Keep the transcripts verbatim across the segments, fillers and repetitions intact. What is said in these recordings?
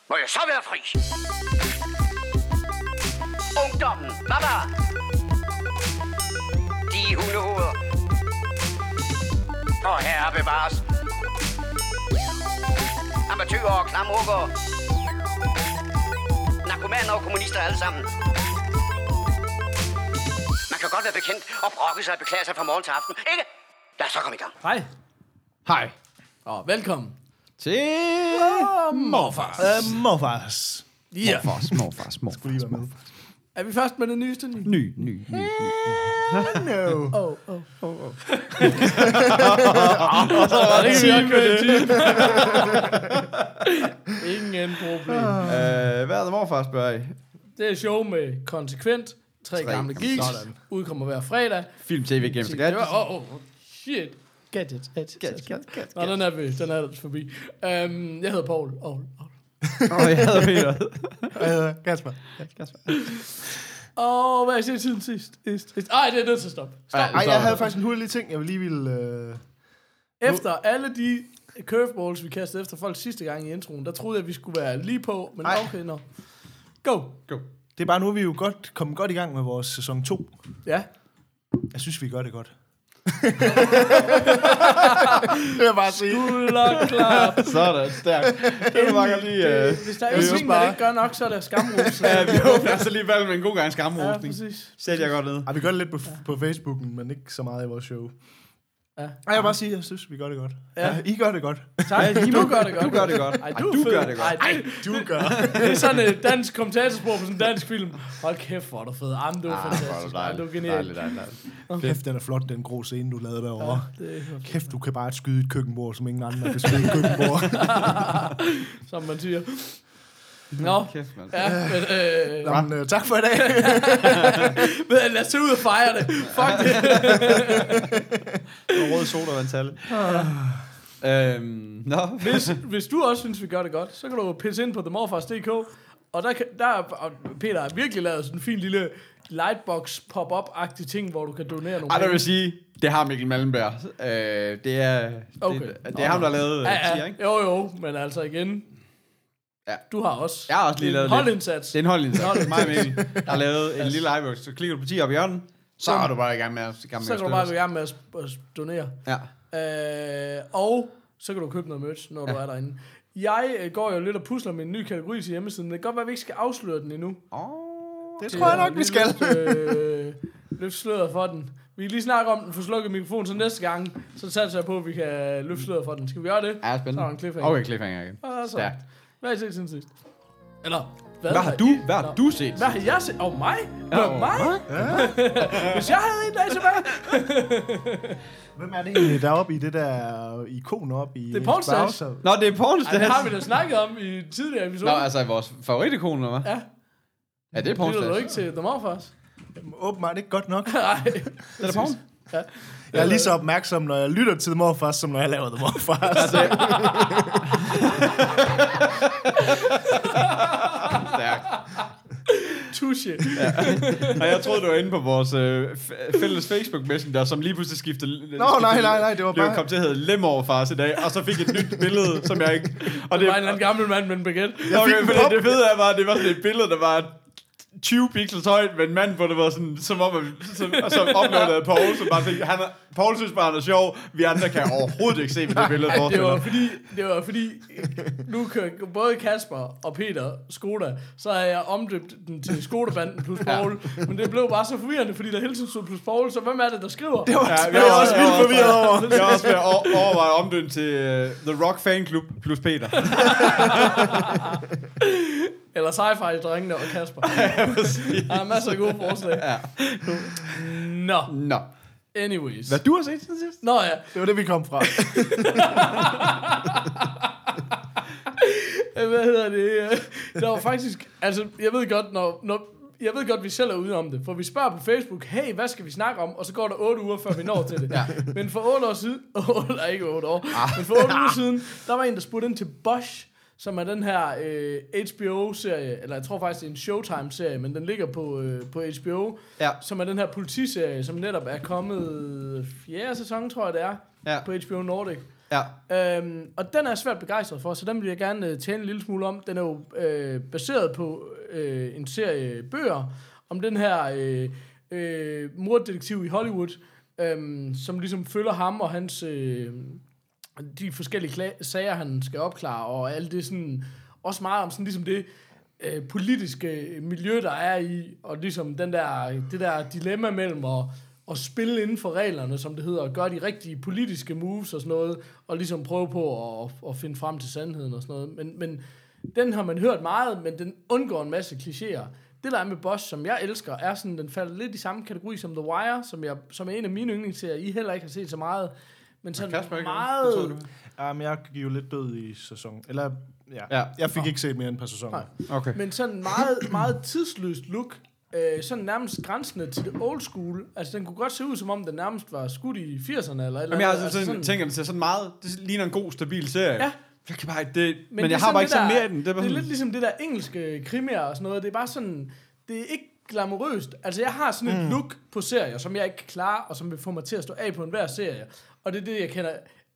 Må jeg så være fri? Ungdommen, baba! De hundehoveder. Og herre bevares. Amatøger og klamrukker. Narkomaner og kommunister alle sammen. Man kan godt være bekendt og brokke sig og beklage sig fra morgen til aften, ikke? Lad os så komme i gang. Hej. Hej. Og velkommen Til oh, Morfars. uh, Morfars. Ja. Morfars, morfars, morfars. Skulle lige være med. Er vi først med det nyeste? Ny? Ny, ny, ny. No. Åh, åh, åh, åh. Og så var det Ingen ikke med det. Ingen problem. Øh, Hvad er det morfars, spørger I? Det er show med konsekvent. Tre, Tre. gamle geeks. Sådan. Udkommer hver fredag. Film, tv, games og gadgets. Åh, åh, shit. Gadgets. Gadgets. Gadgets, gadgets, gadgets. Nå, den er vi. Den er forbi. Um, jeg hedder Paul. Åh, oh, oh. Åh, jeg hedder Peter. Jeg hedder Kasper. Åh, hvad har jeg set siden sidst? Ist, ist. Ej, det er nødt til at stoppe. Stop. Ej, jeg havde faktisk en hurtig ting, jeg lige ville... Øh... Efter alle de curveballs, vi kastede efter folk sidste gang i introen, der troede jeg, at vi skulle være lige på, men Ej. okay, nå. Go. Go. Det er bare nu, vi er jo godt, kommet godt i gang med vores sæson to. Ja. Jeg synes, vi gør det godt. Det vil jeg bare sige. Skulder klap. Sådan, stærkt. Det vil bare godt lige... Uh... Hvis der er Jeg en synes ting, man bare- ikke gør nok, så er det skamrose. Ja, vi håber altså lige valgt med en god gang Ja, skamrosning. præcis. Sæt jeg godt ned. Ej, vi gør det lidt på, på Facebooken, men ikke så meget i vores show. Ja. Ej, jeg vil bare sige, jeg synes, vi gør det godt. Ja. Ja. I gør det godt. Tak. Ja, Du gør det godt. Du gør det godt. Ej, Ej, du, du er fed. gør det godt. Ej, det, Du gør. det er sådan et dansk kommentatorspor på sådan en dansk film. Hold kæft, hvor er du fed. Jamen, du er fantastisk. Ej, du er genial. Dejligt, dejligt, dejligt. Kæft, den er flot, den grå scene, du lavede derovre. Ja, det er Kæft, du kan bare skyde et køkkenbord, som ingen andre kan skyde et køkkenbord. som man siger. Nå, Kæft, mand. ja, men, øh, Jamen, øh, tak for i dag. men lad os tage ud og fejre det. Fuck det. Og rød sodavandtalle. Øhm, nå. Hvis, hvis du også synes, vi gør det godt, så kan du pisse ind på the morfars punktum d k. Og der, kan, der er, og Peter har virkelig lavet sådan en fin lille lightbox pop-up-agtig ting, hvor du kan donere nogle Ej, der vil sige, det har Mikkel Malmberg. Øh, det er, Okay. det, det er ham, der har lavet Ja, ja, ja. ikke? Jo, jo, men altså igen. Ja. Du har også. Jeg har også lige lavet en lidt. holdindsats. Det er en holdindsats. Mig og Mikkel, der har lavet en lille livebox. Så klikker du på ti op i hjørnet, så er du bare i gang med at, i gang med Så at kan du bare gå i støtte gang med at, sp- at donere. os. Ja. Øh, og så kan du købe noget merch, når ja. du er derinde. Jeg øh, går jo lidt og pusler med en ny kategori til hjemmesiden. Det kan godt være, at vi ikke skal afsløre den endnu. Oh. Det tror jeg nok, vi skal. Øh, løfte sløret for den. Vi kan lige snakke om den, få slukket mikrofonen, så næste gang, så satser jeg på, at vi kan løfte sløret for den. Skal vi gøre det? Ja, Så er der spændende. en cliffhanger. Okay, cliffhanger igen. Og så. Stærkt. Hvad har I set siden sidst? Eller, hvad, Hvad har du, hvad har du set? Hvad har jeg set? Åh, oh, mig? Ja, Oh, mig? Ja. Hvis jeg havde en dag tilbage. Hvem er det egentlig, der er oppe i det der ikon oppe i... Det er Paul Stash. browser? Nå, det er Paul Ej, det har vi da snakket om i tidligere episode. Nå, altså vores favoritikon, eller hvad? Ja. Ja, det er Paul Lytter du Stash. ikke til The Morfars? Jamen, åbenbart ikke godt nok. Nej. Det er det Paul? Ja. Jeg er lige så opmærksom, når jeg lytter til The Morfars, som når jeg laver The Morfars. Stærkt. Touche. Ja. Og jeg troede, du var inde på vores øh, f- fælles Facebook-messenger, som lige pludselig skiftede... Nå, nej, nej, nej, det var Det bare... kom til at hedde Lemmerfars i dag, og så fik et nyt billede, som jeg ikke... Og Det var en eller anden gammel mand med en baguette. Jeg fik okay, en fordi pop. det fede er bare, at det var sådan et billede, der var tyve pixels højt, med en mand, hvor det var sådan, som om, at- som, som uploadede Paul, som bare tænkte, han er, Paul synes bare, han er sjov, vi andre kan overhovedet ikke se på det billede. Ej, det var forestiller. fordi, det var fordi, nu kan både Kasper og Peter Skoda, så har jeg omdøbt den til Skoda-banden plus Paul, men det blev bare så forvirrende, fordi der hele tiden stod plus Paul, så hvem er det, der skriver? Det var, Ja, ja, jeg var også vildt forvirret over. Jeg er også ved at over- overveje omdøben til uh, The Rock Fan Club plus Peter. Eller sci-fi-drengene og Kasper. Der er masser af gode forslag. Ja. Nå, Nå. anyways. Hvad du har set siden sidst? Nå ja, Det var det, vi kom fra. hvad hedder det? Der var faktisk, altså, jeg ved godt, når, når jeg ved godt, vi selv er ude om det, for vi spørger på Facebook, hey, hvad skal vi snakke om? Og så går der otte uger, før vi når til det. Ja. Men for otte år siden, otte, nej, ikke otte år, ah. men for otte uger siden, der var en, der spurgte ind til Bosch, som er den her øh, H B O-serie, eller jeg tror faktisk, det er en Showtime-serie, men den ligger på, øh, på H B O, Ja. som er den her politiserie, som netop er kommet fjerde sæson, tror jeg det er, Ja. på H B O Nordic. Ja. Øhm, og den er jeg svært begejstret for, så den vil jeg gerne øh, tale en lille smule om. Den er jo øh, baseret på øh, en serie bøger om den her øh, øh, morddetektiv i Hollywood, øh, som ligesom følger ham og hans øh, de forskellige kla- sager, han skal opklare, og alt det sådan, også meget om sådan ligesom det øh, politiske miljø, der er i, og ligesom den der, det der dilemma mellem at, at spille inden for reglerne, som det hedder, og gøre de rigtige politiske moves og sådan noget, og ligesom prøve på at, at finde frem til sandheden og sådan noget. Men, men den har man hørt meget, men den undgår en masse klichéer. Det der er med Bosch, som jeg elsker, er sådan, den falder lidt i samme kategori som The Wire, som, jeg, som er en af mine yndlingsserier, I heller ikke har set så meget. Men sådan Kasper, meget... Jamen, jeg gik jo lidt død i sæson. Eller, ja. Ja. Jeg fik ikke set mere end per sæson. Nej. Okay. Men sådan meget, meget tidsløst look. Øh, sådan nærmest grænsende til det old school. Altså, den kunne godt se ud, som om den nærmest var skudt i firserne eller eller Jamen, jeg andet. altså, Altså, sådan, sådan, tænker, det ser sådan meget, det ligner en god, stabil serie. Ja. Jeg kan bare, det, men, men det jeg er har bare ikke det sådan der- mere i den. Det er, bare Det er sådan, lidt ligesom det der engelske krimier og sådan noget. Det er bare sådan, det er ikke glamourøst. Altså, jeg har sådan et mm. look på serier, som jeg ikke kan klare, og som vil få mig til at stå af på enhver serie. Og det er det, jeg kender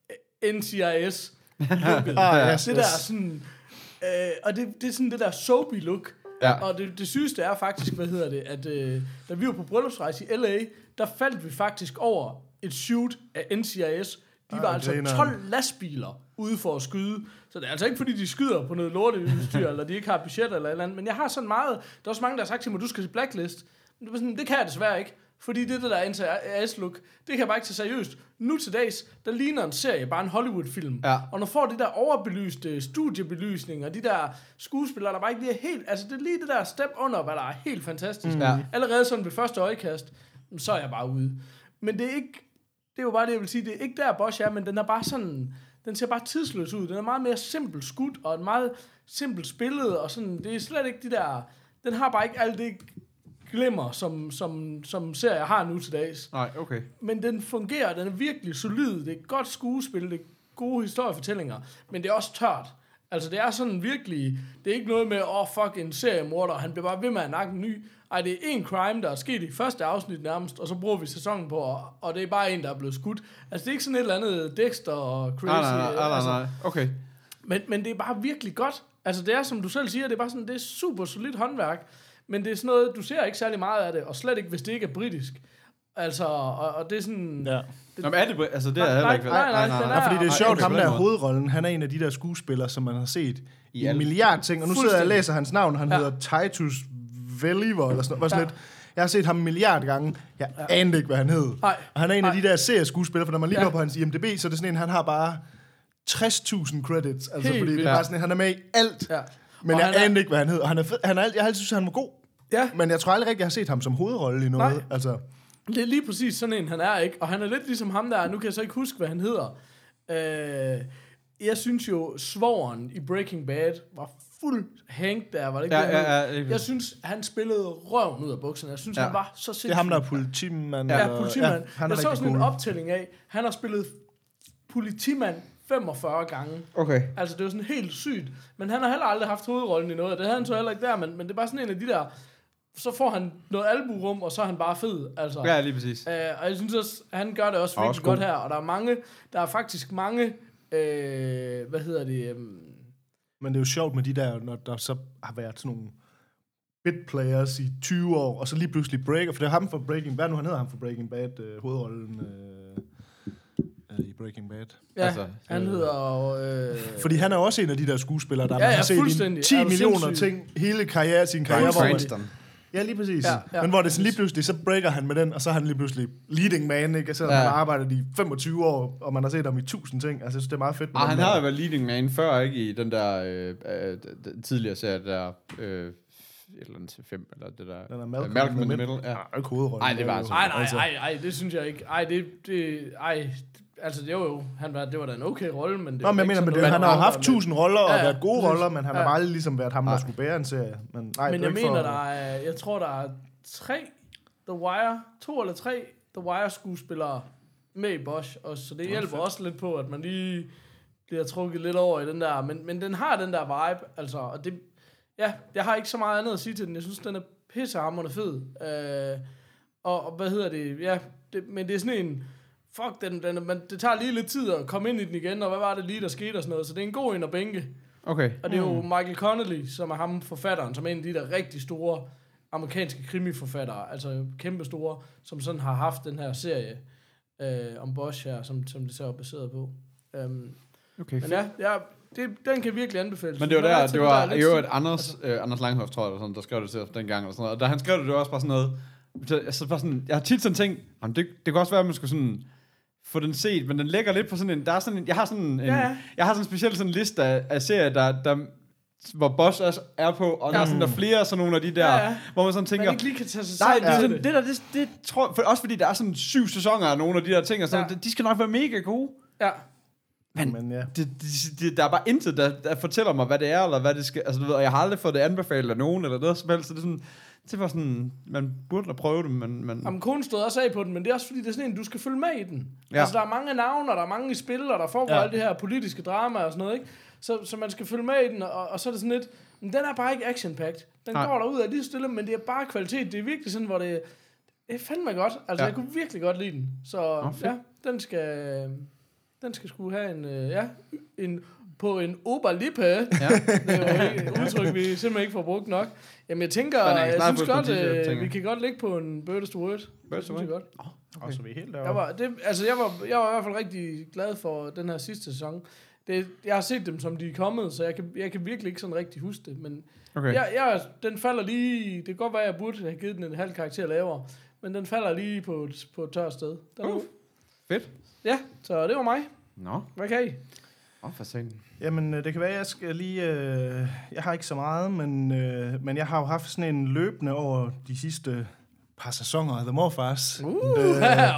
N C I S looket. Ah, yes, det der yes. sådan, øh, og det, det er sådan det der soapy look. Ja. Og det, det sygeste er faktisk, hvad hedder det, at øh, da vi var på bryllupsrejse i L A, der faldt vi faktisk over et shoot af N C I S. De var Ah, altså grineren. tolv lastbiler ude for at skyde. Så det er altså ikke, fordi de skyder på noget lorteudstyr, eller de ikke har budget eller et eller andet. Men jeg har sådan meget... Der er også mange, der har sagt til mig, du skal til Blacklist. Men det, var sådan, det kan jeg desværre ikke. Fordi det, det der N C I S-look, det kan jeg bare ikke tage seriøst. Nu til dags, der ligner en serie, bare en Hollywood-film. Ja. Og når får de der overbelyste studiebelysninger, og de der skuespillere, der bare ikke lige er helt... Altså, det er lige det der step under, hvad der er helt fantastisk. Ja. Allerede sådan ved første øjekast, så er jeg bare ude. Men det er ikke... Det er jo bare det, jeg vil sige. Det er ikke der, Bosch er, men den er bare sådan... Den ser bare tidsløs ud. Den er meget mere simpelt skudt, og en meget simpelt spillet, og sådan... Det er slet ikke de der... Den har bare ikke alt det glimmer, som, som, som serier har nu til dags. Nej, okay. Men den fungerer, den er virkelig solid. Det er et godt skuespil, det er gode historiefortællinger, men det er også tørt. Altså, det er sådan virkelig... Det er ikke noget med, åh, oh, fuck, en seriemorder, han bliver bare ved med at nakke en ny. Ej, det er en crime, der er sket i første afsnit nærmest, og så bruger vi sæsonen på, og, og det er bare en, der er blevet skudt. Altså, det er ikke sådan et eller andet Dexter og Crazy. Nej, nej, nej, nej, altså, nej. Okay. men, men det er bare virkelig godt. Altså, det er, som du selv siger, det er bare sådan, det er super solidt håndværk, men det er sådan noget, du ser ikke særlig meget af det, og slet ikke, hvis det ikke er britisk. Altså, og, og det er sådan... Ja. Nå, men er det... Altså, det er Nej, heller ikke... nej, nej, nej, den Ja, fordi det er nej, sjovt, okay, ham på den der måde. hovedrollen, han er en af de der skuespillere, som man har set i I en alle- milliard ting, og nu sidder jeg og Fuldstændig. læser hans navn, han Ja. hedder Titus Veliver, eller sådan noget. Sådan Ja. lidt. Jeg har set ham en milliard gange, jeg anede ikke, hvad han hed. Nej. Og han er en af Nej. de der serieskuespillere, for når man lige Ja. går på hans I M D B, så er det sådan en, han har bare tres tusind credits, altså Helt fordi det vildt. er bare sådan en, han er med i alt, Ja. men Og jeg han er- anede ikke, hvad han hed. Og han er fed, han er, alt- jeg har altid synes, han var god, Ja, men jeg tror aldrig rigtig, jeg har set ham som hovedrolle i noget. Nej. Altså, det er lige præcis sådan en, han er, ikke? Og han er lidt ligesom ham der, nu kan jeg så ikke huske, hvad han hedder. Øh, jeg synes jo, svogeren i Breaking Bad var fuld Hank der, var det ikke Ja, det, han ja, hed? ja, det er- Jeg synes, han spillede røven ud af bukserne. Jeg synes, Ja. han var så sindssygt. det er ham, der er politimand. Ja, eller- politimand. Ja, Ja, han er jeg så rigtig sådan en cool. optælling af, han har spillet politimand femogfyrre gange. Okay. Altså, det var sådan helt sygt. Men han har heller aldrig haft hovedrollen i noget, og det havde han så heller ikke der, men, men det er bare sådan en af de der, så får han noget albuerum, og så er han bare fed. Altså. Ja, lige præcis. Øh, og jeg synes også, han gør det også Og virkelig også godt god. her, og der er mange, der er faktisk mange, øh, hvad hedder det, øh, Men det er jo sjovt med de der, når der så har været sådan nogle bit players i tyve år, og så lige pludselig breaker, for det er ham for Breaking Bad, nu han hedder ham for Breaking Bad, øh, hovedrollen øh, øh, i Breaking Bad. ja, Altså, altså, han øh, hedder, øh, Fordi han er også en af de der skuespillere, der Ja, man ja, har set i fuldstændig. ti Er du millioner sindssyg? ting, hele karriere, sin karriere. Hvor man, Cranston. ja, lige præcis. Ja, Ja, ja. ja. Men hvor det sådan lige pludselig, så breaker han med den, og så er han lige pludselig leading man, ikke? Så Ja. ja. han har arbejdet i femogtyve år, og man har set ham i tusind ting. Altså, jeg synes, det er meget fedt. med Ah, den han der. har jo været leading man før, ikke? I den der øh, øh, den tidligere serie, der... Øh, et eller andet til fem, eller det der... Den er øh, Malcolm, Malcolm in the Middle, ja. Ja, ikke hovedrollen. Ej, det var altså- ej, nej, ej, ej, det synes jeg ikke. Ej, det, det, ej, altså det var jo, han var, det var da en okay rolle, men det Nå, var men jeg ikke mener, sådan men det, noget, han man har jo arbejder haft med. tusind roller og Ja, ja, været gode præcis. roller, men han har Ja. bare aldrig ligesom været ham, der Nej. skulle bære en serie. Men, nej, Men det er jeg ikke mener, for, der er, jeg tror, der er tre The Wire, to eller tre The Wire skuespillere med i Bosch, og så det hjælper også lidt på, at man lige bliver trukket lidt over i den der, men, men den har den der vibe, altså, og det, ja, jeg har ikke så meget andet at sige til den, jeg synes, den er pissehamrende fed, øh, og, og hvad hedder det, ja, det, men det er sådan en fuck, den, den, man, det tager lige lidt tid at komme ind i den igen, og hvad var det lige, der skete og sådan noget. Så det er en god en at bænke. Okay. Og det er jo Michael Connelly, som er ham forfatteren, som er en af de der rigtig store amerikanske krimiforfattere, altså kæmpe store, som sådan har haft den her serie øh, om Bosch her, som, som det så er baseret på. Um, Okay. men ja, ja det, den kan virkelig anbefales. Men det var der, det var der jo et Anders, altså, øh, Anders Langhoff, tror jeg, eller sådan, der skrev det til os dengang, eller sådan noget. Og da han skrev det, det var også bare sådan noget, altså bare sådan, jeg har tit sådan tænkt, jamen, det, det kan også være, at man skulle sådan få den set, men den ligger lidt på sådan en, der er sådan en, jeg har sådan en, Ja, ja. jeg har sådan en speciel sådan en liste af, af serier, der, der hvor Bosch også er på, og ja. Der er sådan der flere sådan nogle af de der, Ja, ja. hvor man sådan tænker, man ikke lige kan tage sig nej, selv det, er til sådan, det der, det, det tror for, også fordi der er sådan syv sæsoner af nogle af de der ting, og sådan, Ja. de skal nok være mega gode. Ja. Men, Men ja. det, det, det, der er bare intet, der, der fortæller mig, hvad det er, eller hvad det skal, altså du ved, og jeg har aldrig fået det anbefalet af nogen, eller noget som helst, så det er sådan, det var sådan, man burde da prøve det, men... men Jamen, konen stod også af på den, men det er også fordi, det er sådan en, du skal følge med i den. Ja. Altså, der er mange navne, og der er mange i spil, og der foregår Ja. alt det her politiske drama og sådan noget, ikke? Så, så man skal følge med i den, og, og så er det sådan lidt, men den er bare ikke action-packed. Den Nej. går derud af lige stille, men det er bare kvalitet. Det er virkelig sådan, hvor det, det er fandme godt. Altså, Ja. jeg kunne virkelig godt lide den. Så Nå, fedt. ja, den skal, den skal sgu have en, øh, ja, en, på en Oberlippe. ja. Det er jo ikke et udtryk, vi simpelthen ikke får brugt nok. Jamen, jeg tænker, Men jeg kan jeg snart synes få godt, et par t-shirt, øh, tænker vi kan godt ligge på en Birdest Word. Birdest Det synes jeg Word. godt. Okay. Og så er vi helt Jeg derovre. var, det, altså, jeg var, jeg var i hvert fald rigtig glad for den her sidste sæson. Det, jeg har set dem, som de er kommet, så jeg kan, jeg kan virkelig ikke sådan rigtig huske det. Men Okay. jeg, jeg, den falder lige... Det kan godt være, at jeg burde have givet den en halv karakter lavere. Men den falder lige på et, på et tørt sted. Den Uh. uh. Fedt. Ja, så det var mig. Nå, Hvad kan I? åh, for satan. Jamen, øh, det kan være, jeg skal lige... Øh, jeg har ikke så meget, men, øh, men jeg har jo haft sådan en løbende over de sidste par sæsoner af The Morfars. Uh, åh, øh, oh,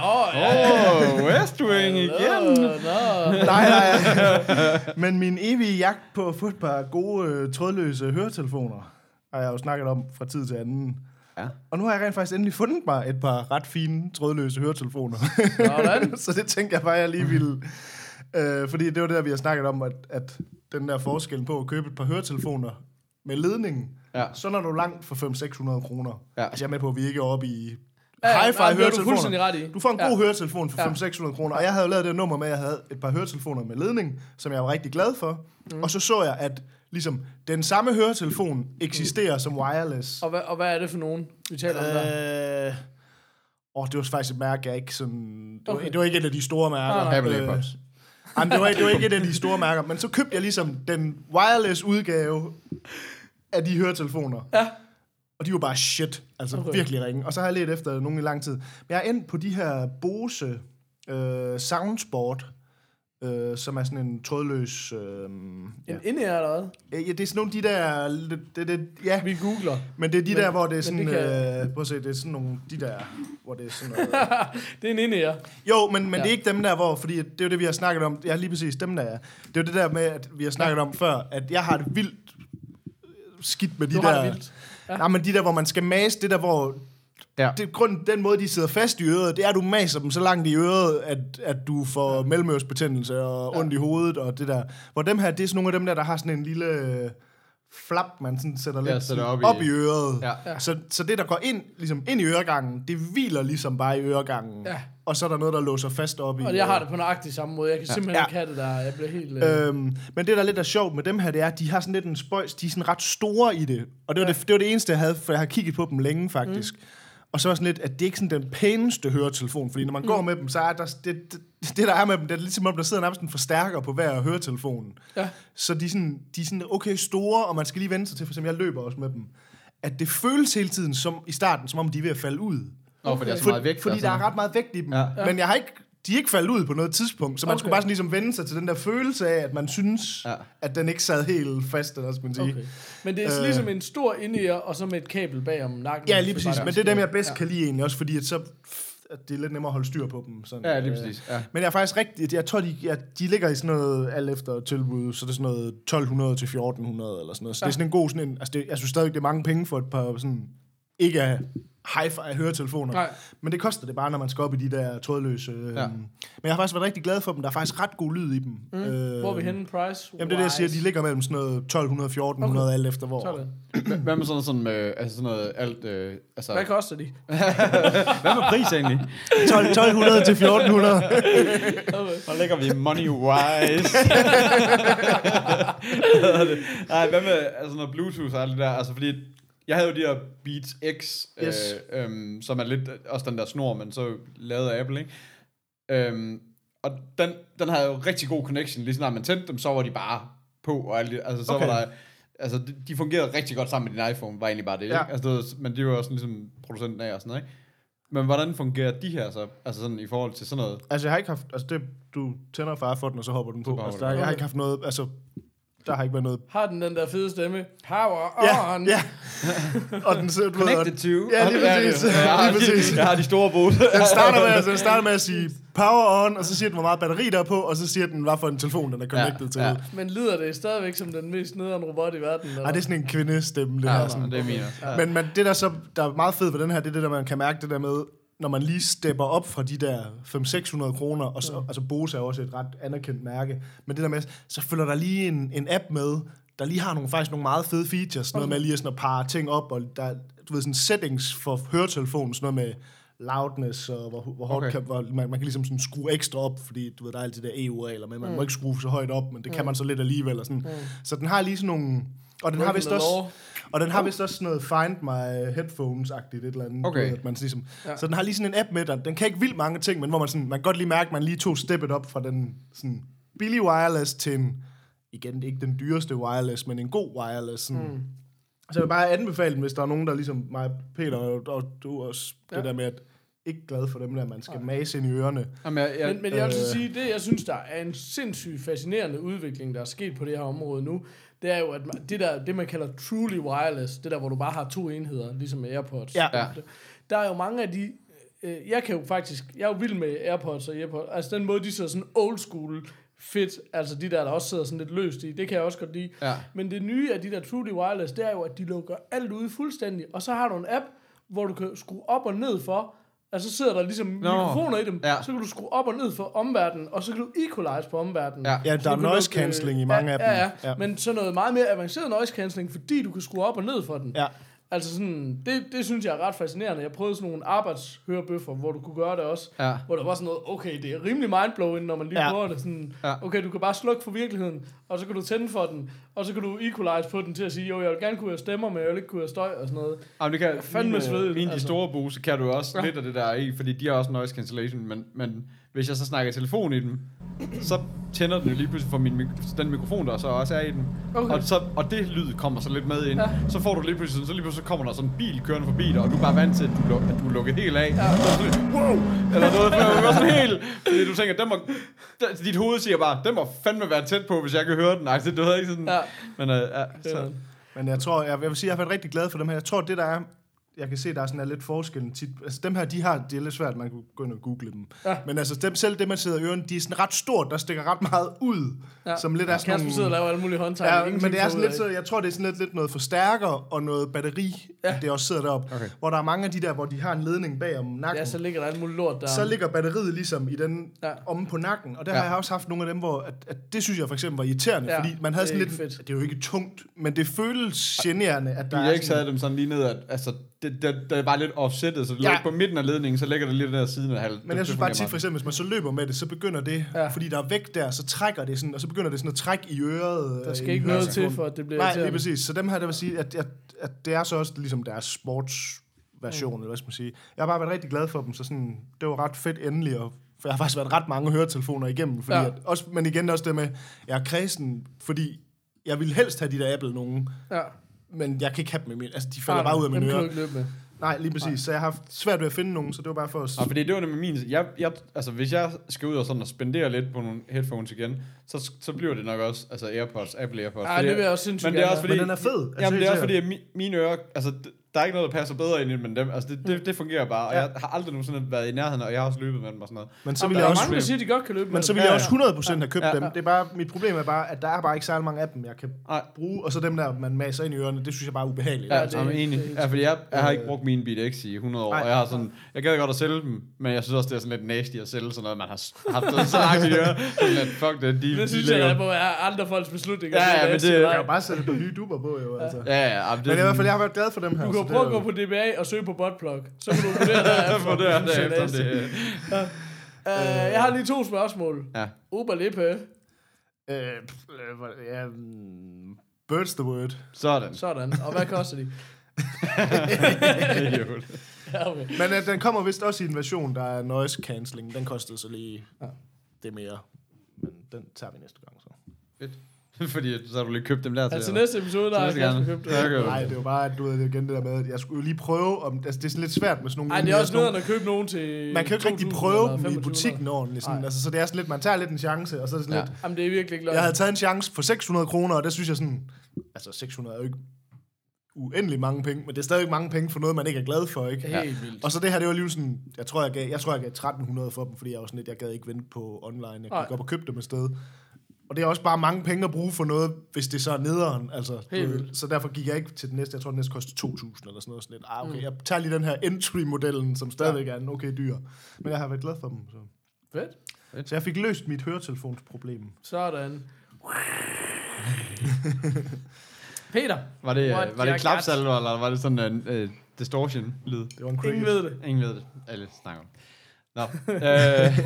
ja. Åh, oh, West Wing igen. Nå, nå. Nej, nej. Men min evige jagt på at få et par gode, øh, trådløse høretelefoner, har jeg jo snakket om fra tid til anden. Ja. Og nu har jeg rent faktisk endelig fundet mig et par ret fine, trådløse høretelefoner. Sådan. Så det tænkte jeg bare, jeg lige ville... Øh, fordi det var det, der, vi har snakket om, at, at den der forskel på at købe et par høretelefoner med ledning, Ja. så når du langt for fem til seks hundrede kroner. Ja. Altså jeg er med på, at vi ikke er oppe i Ja, ja, hi-fi nej, det er du fuldstændig høretelefoner. ret i. Du får en god Ja. høretelefon for Ja. fem til seks hundrede kroner. Og jeg havde jo lavet det nummer med, at jeg havde et par høretelefoner med ledning, som jeg var rigtig glad for. Mm. Og så så jeg, at ligesom, den samme høretelefon eksisterer mm. som wireless. Og hvad, og hvad er det for nogen, vi taler om der? Øh, åh, det var faktisk et mærke, jeg ikke sådan... Det var, Okay. det var ikke et af de store mærker. Nej, nej. Family Øh, Pops. Jamen, det var, det var ikke et af de store mærker. Men så købte jeg ligesom den wireless udgave af de høretelefoner. Ja. Og de var bare shit. Altså Okay. okay. virkelig ringe. Og så har jeg let efter nogen i lang tid. Men jeg er endt på de her Bose øh, Soundsport, øh, som er sådan en trådløs... Øh, ja. En ind-ear eller hvad? ja, det er sådan nogle af de der... Det, det, ja, Vi googler. men det er de Men- der, hvor det er men sådan... det kan- Øh, prøv at se, det er sådan nogle... De der, hvor det er sådan noget... Det er en ind-ear. Jo, men, men Ja. ja. det er ikke dem der, hvor... Fordi det er jo det, vi har snakket om. Ja, lige præcis dem der er. Det er jo det der med, at vi har snakket om før, at jeg har det vildt skidt med de Du der... har det vildt. Ja. Nej, men de der, hvor man skal mase, det der, hvor... Ja. Det, grund, den måde, de sidder fast i øret, det er, at du maser dem så langt i øret, at, at du får ja. mellemørsbetændelse og Ja. ondt i hovedet og det der. Hvor dem her, det er sådan nogle af dem der, der har sådan en lille øh, flap, man sådan sætter Ja, lidt sætter sådan op op, i- i, øret. Ja. Ja. Så, så det, der går ind, ligesom ind i øregangen, det hviler ligesom bare i øregangen. Ja. Og så er der noget, der låser fast op i... Og jeg har det på nøjagtig samme måde. Jeg kan simpelthen Ja. ikke have det der. Jeg bliver helt... Øh... Øhm, men det, der er lidt er sjovt med dem her, det er, at de har sådan lidt en spøjs, de er sådan ret store i det. Og det var, Ja. det, det, var det eneste, jeg havde, for jeg har kigget på dem længe, faktisk. Mm. Og så var sådan lidt, at det er ikke sådan den pæneste høretelefon, fordi når man mm. går med dem, så er der, det, det, det, der er med dem, det er ligesom om, der sidder nærmest en forstærker på hver høretelefon. Ja. Så de er, sådan, de er sådan okay store, og man skal lige vende sig til, for eksempel, jeg løber også med dem, at det føles hele tiden som, i starten, som om de er ved at falde ud. Nå, fordi der er så For, meget vægt. fordi der er ret meget vægt i dem. Ja. Ja. Men jeg har ikke, de er ikke faldet ud på noget tidspunkt, så man Okay. okay. skulle bare sådan ligesom vende sig til den der følelse af, at man synes, Ja. ja. at den ikke sad helt fast, eller skal man sige. Okay. Men det er Øh. ligesom en stor ind-ear, og så med et kabel bag om nakken. Ja, lige Så præcis. bare- Men det er dem, jeg bedst Ja. ja. kan lide egentlig, også fordi at så, at det er lidt nemmere at holde styr på dem. Sådan. Ja, lige Øh, præcis. Ja. Men jeg er faktisk rigtig, jeg tror, de, ja, de ligger i sådan noget, alt efter tilbud, så det er sådan noget tolv hundrede til fjorten hundrede eller sådan noget. Så ja. det er sådan en god, sådan en, altså det, jeg synes stadigvæk, det er mange penge for et par sådan, ikke af hi-fi høretelefoner. Nej. Men det koster det bare, når man skal op i de der trådløse. Øh, Ja. Men jeg har faktisk været rigtig glad for dem. Der er faktisk ret god lyd i dem. Mm. Øh, hvor er vi henne price? Jamen det er det, jeg siger. De ligger mellem sådan noget tolv hundrede fjorten hundrede, okay. alt efter hvor. Sådan. Hvad med sådan, sådan med, altså sådan noget, alt, øh, altså... Hvad koster de? Hvad med pris egentlig? tolv hundrede til fjorten hundrede. Okay. Så lægger vi money-wise. Nej, hvad med altså noget Bluetooth og alt det der? Altså fordi, jeg havde jo de her Beats X, Yes. øh, øhm, som er lidt også den der snor, men så lavet af Apple, ikke? Øhm, og den, den havde jo rigtig god connection. Lige snart man tændte dem, så var de bare på. Og alt det, altså så Okay. var der... Altså, de, de fungerede rigtig godt sammen med din iPhone, var egentlig bare det, Ja. ikke? Altså, det var, men de var også ligesom producenten af og sådan noget, ikke? Men hvordan fungerer de her så? Altså sådan i forhold til sådan noget? Altså jeg har ikke haft, altså det, du tænder far for den, og så hopper den på. hopper Altså, den. der, jeg har ikke haft noget, altså der har ikke været noget. Har den den der fede stemme? Power Ja, on! ja. Og den sidder, du ved, og- Connected to. Ja, lige præcis. Jeg har, Lige præcis. de, jeg har de store bose. Den starter, med, altså, den starter med at sige power on, og så siger den, hvor meget batteri der er på, og så siger den, hvad for en telefon, den er connected Ja, til. ja. Men lyder det stadigvæk som den mest nederen robot i verden? Eller? Ej, det er sådan en kvindestemme, det Ja, her. Sådan. det er min også. Ja. Men, men det der så, der er meget fedt ved den her, det er det der, man kan mærke det der med, når man lige stepper op fra de der fem hundrede til seks hundrede kroner, og så, altså Bose er også et ret anerkendt mærke, men det der med, så følger der lige en, en app med, der lige har nogle, faktisk nogle meget fede features, sådan noget med lige sådan at parre ting op, og der, du ved, sådan settings for høretelefonen, sådan noget med loudness, og hvor, hvor hårdt Okay. kan, hvor man, man kan ligesom sådan skrue ekstra op, fordi du ved, der er altid de der E U-regler med, man mm. må ikke skrue så højt op, men det mm. kan man så lidt alligevel, og sådan. Mm. Så den har lige sådan nogle, og den har vist også, og den har vist også sådan noget Find My Headphones-agtigt, et eller andet. Okay. Du ved, at man ligesom, Ja. så den har lige sådan en app med, der, den kan ikke vildt mange ting, men hvor man, sådan, man kan godt lige mærke, at man lige tog steppet op fra den sådan billige wireless til en, igen, det er ikke den dyreste wireless, men en god wireless. Sådan. Mm. Så jeg vil bare anbefale den, hvis der er nogen, der ligesom mig, Peter og, og du også, ja. Ja. det der med, at ikke glad for dem der, man skal mase ind i ørerne. Jamen, jeg, jeg, Men, men jeg vil så Øh. sige, det jeg synes, der er en sindssygt fascinerende udvikling, der er sket på det her område nu, det er jo, at man, det, der, det man kalder truly wireless, det der, hvor du bare har to enheder, ligesom med AirPods. Ja. Ja. Der er jo mange af de, øh, jeg kan jo faktisk, jeg er jo vild med AirPods og AirPods, altså den måde, de sidder sådan old school fedt, altså de der, der også sidder sådan lidt løst i, det kan jeg også godt lide. Ja. Men det nye af de der truly wireless, det er jo, at de lukker alt ude fuldstændig, og så har du en app, hvor du kan skrue op og ned for, altså så sidder der ligesom Nå. mikrofoner i dem, Ja. så kan du skrue op og ned for omverdenen, og så kan du equalize på omverdenen. Ja. Ja, Så der er du kan noise lukke, cancelling øh, i mange ja, af dem. Ja, ja, Ja. men så noget meget mere avanceret noise cancelling, fordi du kan skrue op og ned for den. Ja. Altså sådan, det, det synes jeg er ret fascinerende. Jeg prøvede sådan nogle arbejdshørebøffer, hvor du kunne gøre det også. Ja. Hvor der var sådan noget, okay, det er rimelig mindblowing, når man lige Ja. prøver det. Sådan, Ja. okay, du kan bare slukke for virkeligheden, og så kan du tænde for den, og så kan du equalize på den til at sige, jo, jeg vil gerne kunne høre stemmer, men jeg vil ikke kunne høre støj og sådan noget. Jamen, det kan, fandme mine, svedigt, mine de altså. store buse kan du også Ja. lidt af det der i, fordi de har også noise cancellation, men, men hvis jeg så snakker i telefon i dem, så tænder den jo lige pludselig for min, mik- den mikrofon, der så også er i den. Okay. Og, så, og det lyd kommer så lidt med ind. Ja. Så får du lige pludselig, så lige pludselig så kommer der sådan en bil kørende forbi dig, og du er bare vant til, at du, luk- at du er lukket helt af. Ja. Så er du sådan, wow! Eller noget, for du er sådan helt, fordi du tænker, den må, den, dit hoved siger bare, den må fandme være tæt på, hvis jeg kan høre den. Nej, det, du havde ikke sådan. Ja. Men øh, ja, Det er så, Men jeg tror, jeg, jeg vil sige, jeg har været rigtig glad for dem her. Jeg tror, det der er, jeg kan se, der er sådan er lidt forskel tit. Altså dem her, de har, det er lidt svært, man kan gå ind og google dem. Ja. Men altså dem, selv det, man sidder i ørerne, de er sådan ret stort, der stikker ret meget ud. Ja. Som lidt er sådan Kasper sidder og laver alle mulige håndtegn. Ja, men det er sådan lidt så, jeg tror, det er sådan lidt, lidt noget forstærker og noget batteri, ja. Ja. at det også sidder deroppe. Okay. Hvor der er mange af de der, hvor de har en ledning bag om nakken. Ja, så ligger der alt muligt lort der. Så ligger batteriet ligesom i den Ja. ja. omme på nakken. Og der Ja. ja. har jeg også haft nogle af dem, hvor at, at det synes jeg for eksempel var irriterende, Ja, ja, fordi man havde det er sådan ikke lidt, fedt. det er jo ikke tungt, men det føles generende, at der jeg er har ikke sådan, taget dem sådan lige ned, at altså, det, det, det er bare lidt offsettet, så det Ja. ligger på midten af ledningen, så ligger det lige der siden af halv. men jeg synes bare tit, for eksempel, hvis man så løber med det, så begynder det, Ja. ja. fordi der er vægt der, så trækker det sådan, og så begynder det sådan at trække i øret. Der skal øh, i ikke noget til, høretelefonen. for at det bliver Nej, lige irriterende. præcis. Så dem her, der vil sige, at, at, at det er så også ligesom deres sportsversion, mm. eller hvad skal man sige. Jeg har bare været rigtig glad for dem, så sådan, det var ret fedt endelig, og for jeg har faktisk været ret mange høretelefoner igennem, fordi Ja. at, også, men igen også det med, jeg er kredsen, fordi jeg ville helst have de der Apple nogen, Ja. men jeg kan ikke have dem i min, altså de falder Nej, bare ud af dem mine kan du ører. ikke løbe med. Nej, lige præcis. Så jeg har haft svært ved at finde nogen, så det var bare for at... Og fordi det var det med min, jeg, jeg, altså hvis jeg skal ud og sådan og spendere lidt på nogle headphones igen, så, så bliver det nok også, altså AirPods, Apple AirPods. Ja, Fordi- det vil jeg også sindssygt men det er gerne også have. fordi, Men den er fed. Altså, Jamen det er helt også fordi, sikkert. at mi, mine ører, altså d- der er ikke noget, der passer bedre ind i men dem. Altså, det, det, det fungerer bare. Og ja. jeg har aldrig nogensinde været i nærheden, og jeg har også løbet med dem og sådan noget. Men så vil der jeg er også... mange, der siger, de godt kan løbe Men med så dem. vil jeg Ja, også ja. hundrede procent have købt Ja, dem. ja. Det er bare, mit problem er bare, at der er bare ikke særlig mange af dem, jeg kan Nej. bruge. Og så dem der, man maser ind i ørerne, det synes jeg bare er ubehageligt. Ja, Altså. det, jeg er enig. Ja, fordi jeg, jeg har ikke brugt mine Beat X i hundrede år, Nej. og jeg har sådan, jeg gad godt at sælge dem, men jeg synes også, det er sådan lidt nasty at sælge sådan noget, man har s- haft det så langt i øre. Sådan lidt, fuck det, de, Det de synes jeg, lægger- der må være andre folks beslutninger. Ja, ja, men det- Jeg kan jo bare sætte et par nye duber på, jo. Altså. Ja, ja, ja, det, Men i hvert fald, jeg har været glad for dem her. Du så kan det prøve er at gå jo- på D B A og søge på botplug. Så kan du vurdere der. for det er det, efter det. Uh, jeg har lige to spørgsmål. Ja. Uber Lippe. Øh, pff, øh, hvor- ja, mm, Birds the word. Sådan. Sådan. Og hvad koster de? Idiot. Ja, okay. Men uh, den kommer vist også i en version, der er noise cancelling. Den kostede så lige Ja. det mere. Men den tager vi næste gang så. Fordi så har du lige købt dem der til. Altså næste episode, der Til er næste jeg gang. købt. Ja, okay. Nej, det er jo bare, at du ved, det er igen det der med, at jeg skulle jo lige prøve, om, altså det er sådan lidt svært med sådan nogle... Nej, det er også sådan nogle- noget at købe nogen til Man kan jo ikke rigtig to tusind prøve eller dem i femogtyve butikken ordentligt. Sådan, Nej. altså, så det er sådan lidt, man tager lidt en chance, og så er det sådan Ja. ja. lidt... Jamen, det er virkelig ikke løgn. Jeg havde taget en chance for seks hundrede kroner, og det synes jeg sådan... Altså, seks hundrede er jo ikke uendelig mange penge, men det er stadig mange penge for noget, man ikke er glad for, ikke? Helt vildt. Og så det her, det var lige sådan... Jeg tror, jeg gav, jeg tror, jeg gav tretten hundrede for dem, fordi jeg var sådan lidt, jeg gad ikke vente på online. Jeg Nej. gik op og købte dem et sted. Og det er også bare mange penge at bruge for noget, hvis det så er nederen. Altså, Helt du ved. vildt. Så derfor gik jeg ikke til den næste. Jeg tror, den næste kostede to tusind eller sådan noget. Sådan lidt. Ah, okay, Mm. jeg tager lige den her entry-modellen, som stadigvæk er en okay dyr. Men jeg har været glad for dem. Så, Fedt. så jeg fik løst mit høretelefonsproblem. Sådan. Peter. Var det, What var det you klapsalver, eller var det sådan en uh, distortion-lyd? Det var en Ingen crazy. ved det. Ingen ved det. Alle snakker om det. Nå. øh,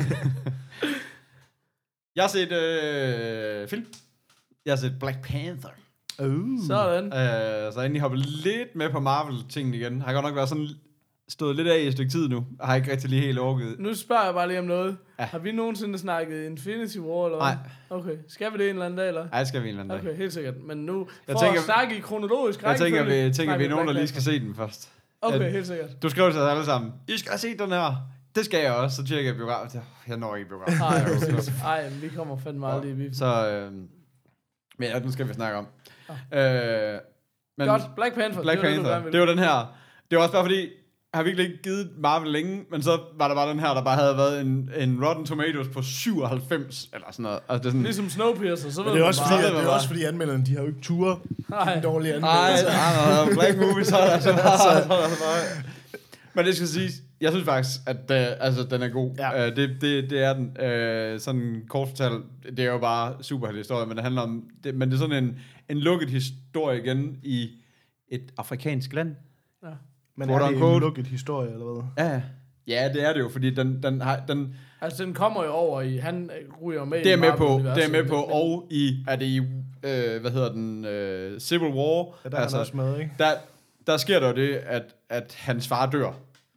jeg har set øh, film. Jeg har set Black Panther. Uh. Sådan. Øh, så jeg har egentlig hoppet lidt med på Marvel-tingen igen. Har godt nok været sådan stået lidt af i et stykke tid nu. Jeg har ikke rigtig lige helt overgivet. Nu spørger jeg bare lige om noget. Ja. Har vi nogensinde snakket Infinity War, eller hvad? Nej. Okay. Skal vi det en eller anden dag, eller? Ej, det skal vi en eller anden dag. Okay, helt sikkert. Men nu, Jeg for tænker- at snakke i kronologisk Jeg tænker, rækkefølge, vi, tænker, snakker vi er nogen, der Black lige skal Panther. se den først. Okay, Ja. helt sikkert. Du skrev til os alle sammen, I skal have set den her. Det skal jeg også. Så tjekker jeg biografen. Jeg når ikke biografen. Nej, præcis. Ej, men vi kommer fandme aldrig i biffen. Så, øh, men ja, den skal vi snakke om. Øh, men Godt, Black Panther. Black det var det, du Panther, gerne ville. det var den her. Det var også bare fordi, jeg har virkelig ikke givet Marvel længe, men så var der bare den her, der bare havde været en, en Rotten Tomatoes på syvoghalvfems, eller sådan noget. Altså, det er sådan, Ligesom Snowpiercer, så ved Men det er man også bare. fordi, ved at, man det er bare. også fordi anmelderne, de har jo ikke ture Nej. en dårlig nej, anmeldelse. nej, nej, Black Movie, så er der så meget. så er der meget. Men det skal siges, jeg synes faktisk, at øh, altså, den er god. Ja. Øh, det, det, det er den. Øh, sådan kort fortalt, det er jo bare superheldig historie, men det handler om, det, men det er sådan en, en lukket historie igen i et afrikansk land. Ja. Men Quote er det unquote. en lukket historie, eller hvad? Ja, ja, det er det jo, fordi den, den, har, den Altså, den kommer jo over i, han ryger med det er i med på, Marvel-universet, det er med på, men- og i, er det i, øh, hvad hedder den, øh, Civil War, Ja, der er altså, han også med, ikke? der, der sker der jo det, at, at hans far dør.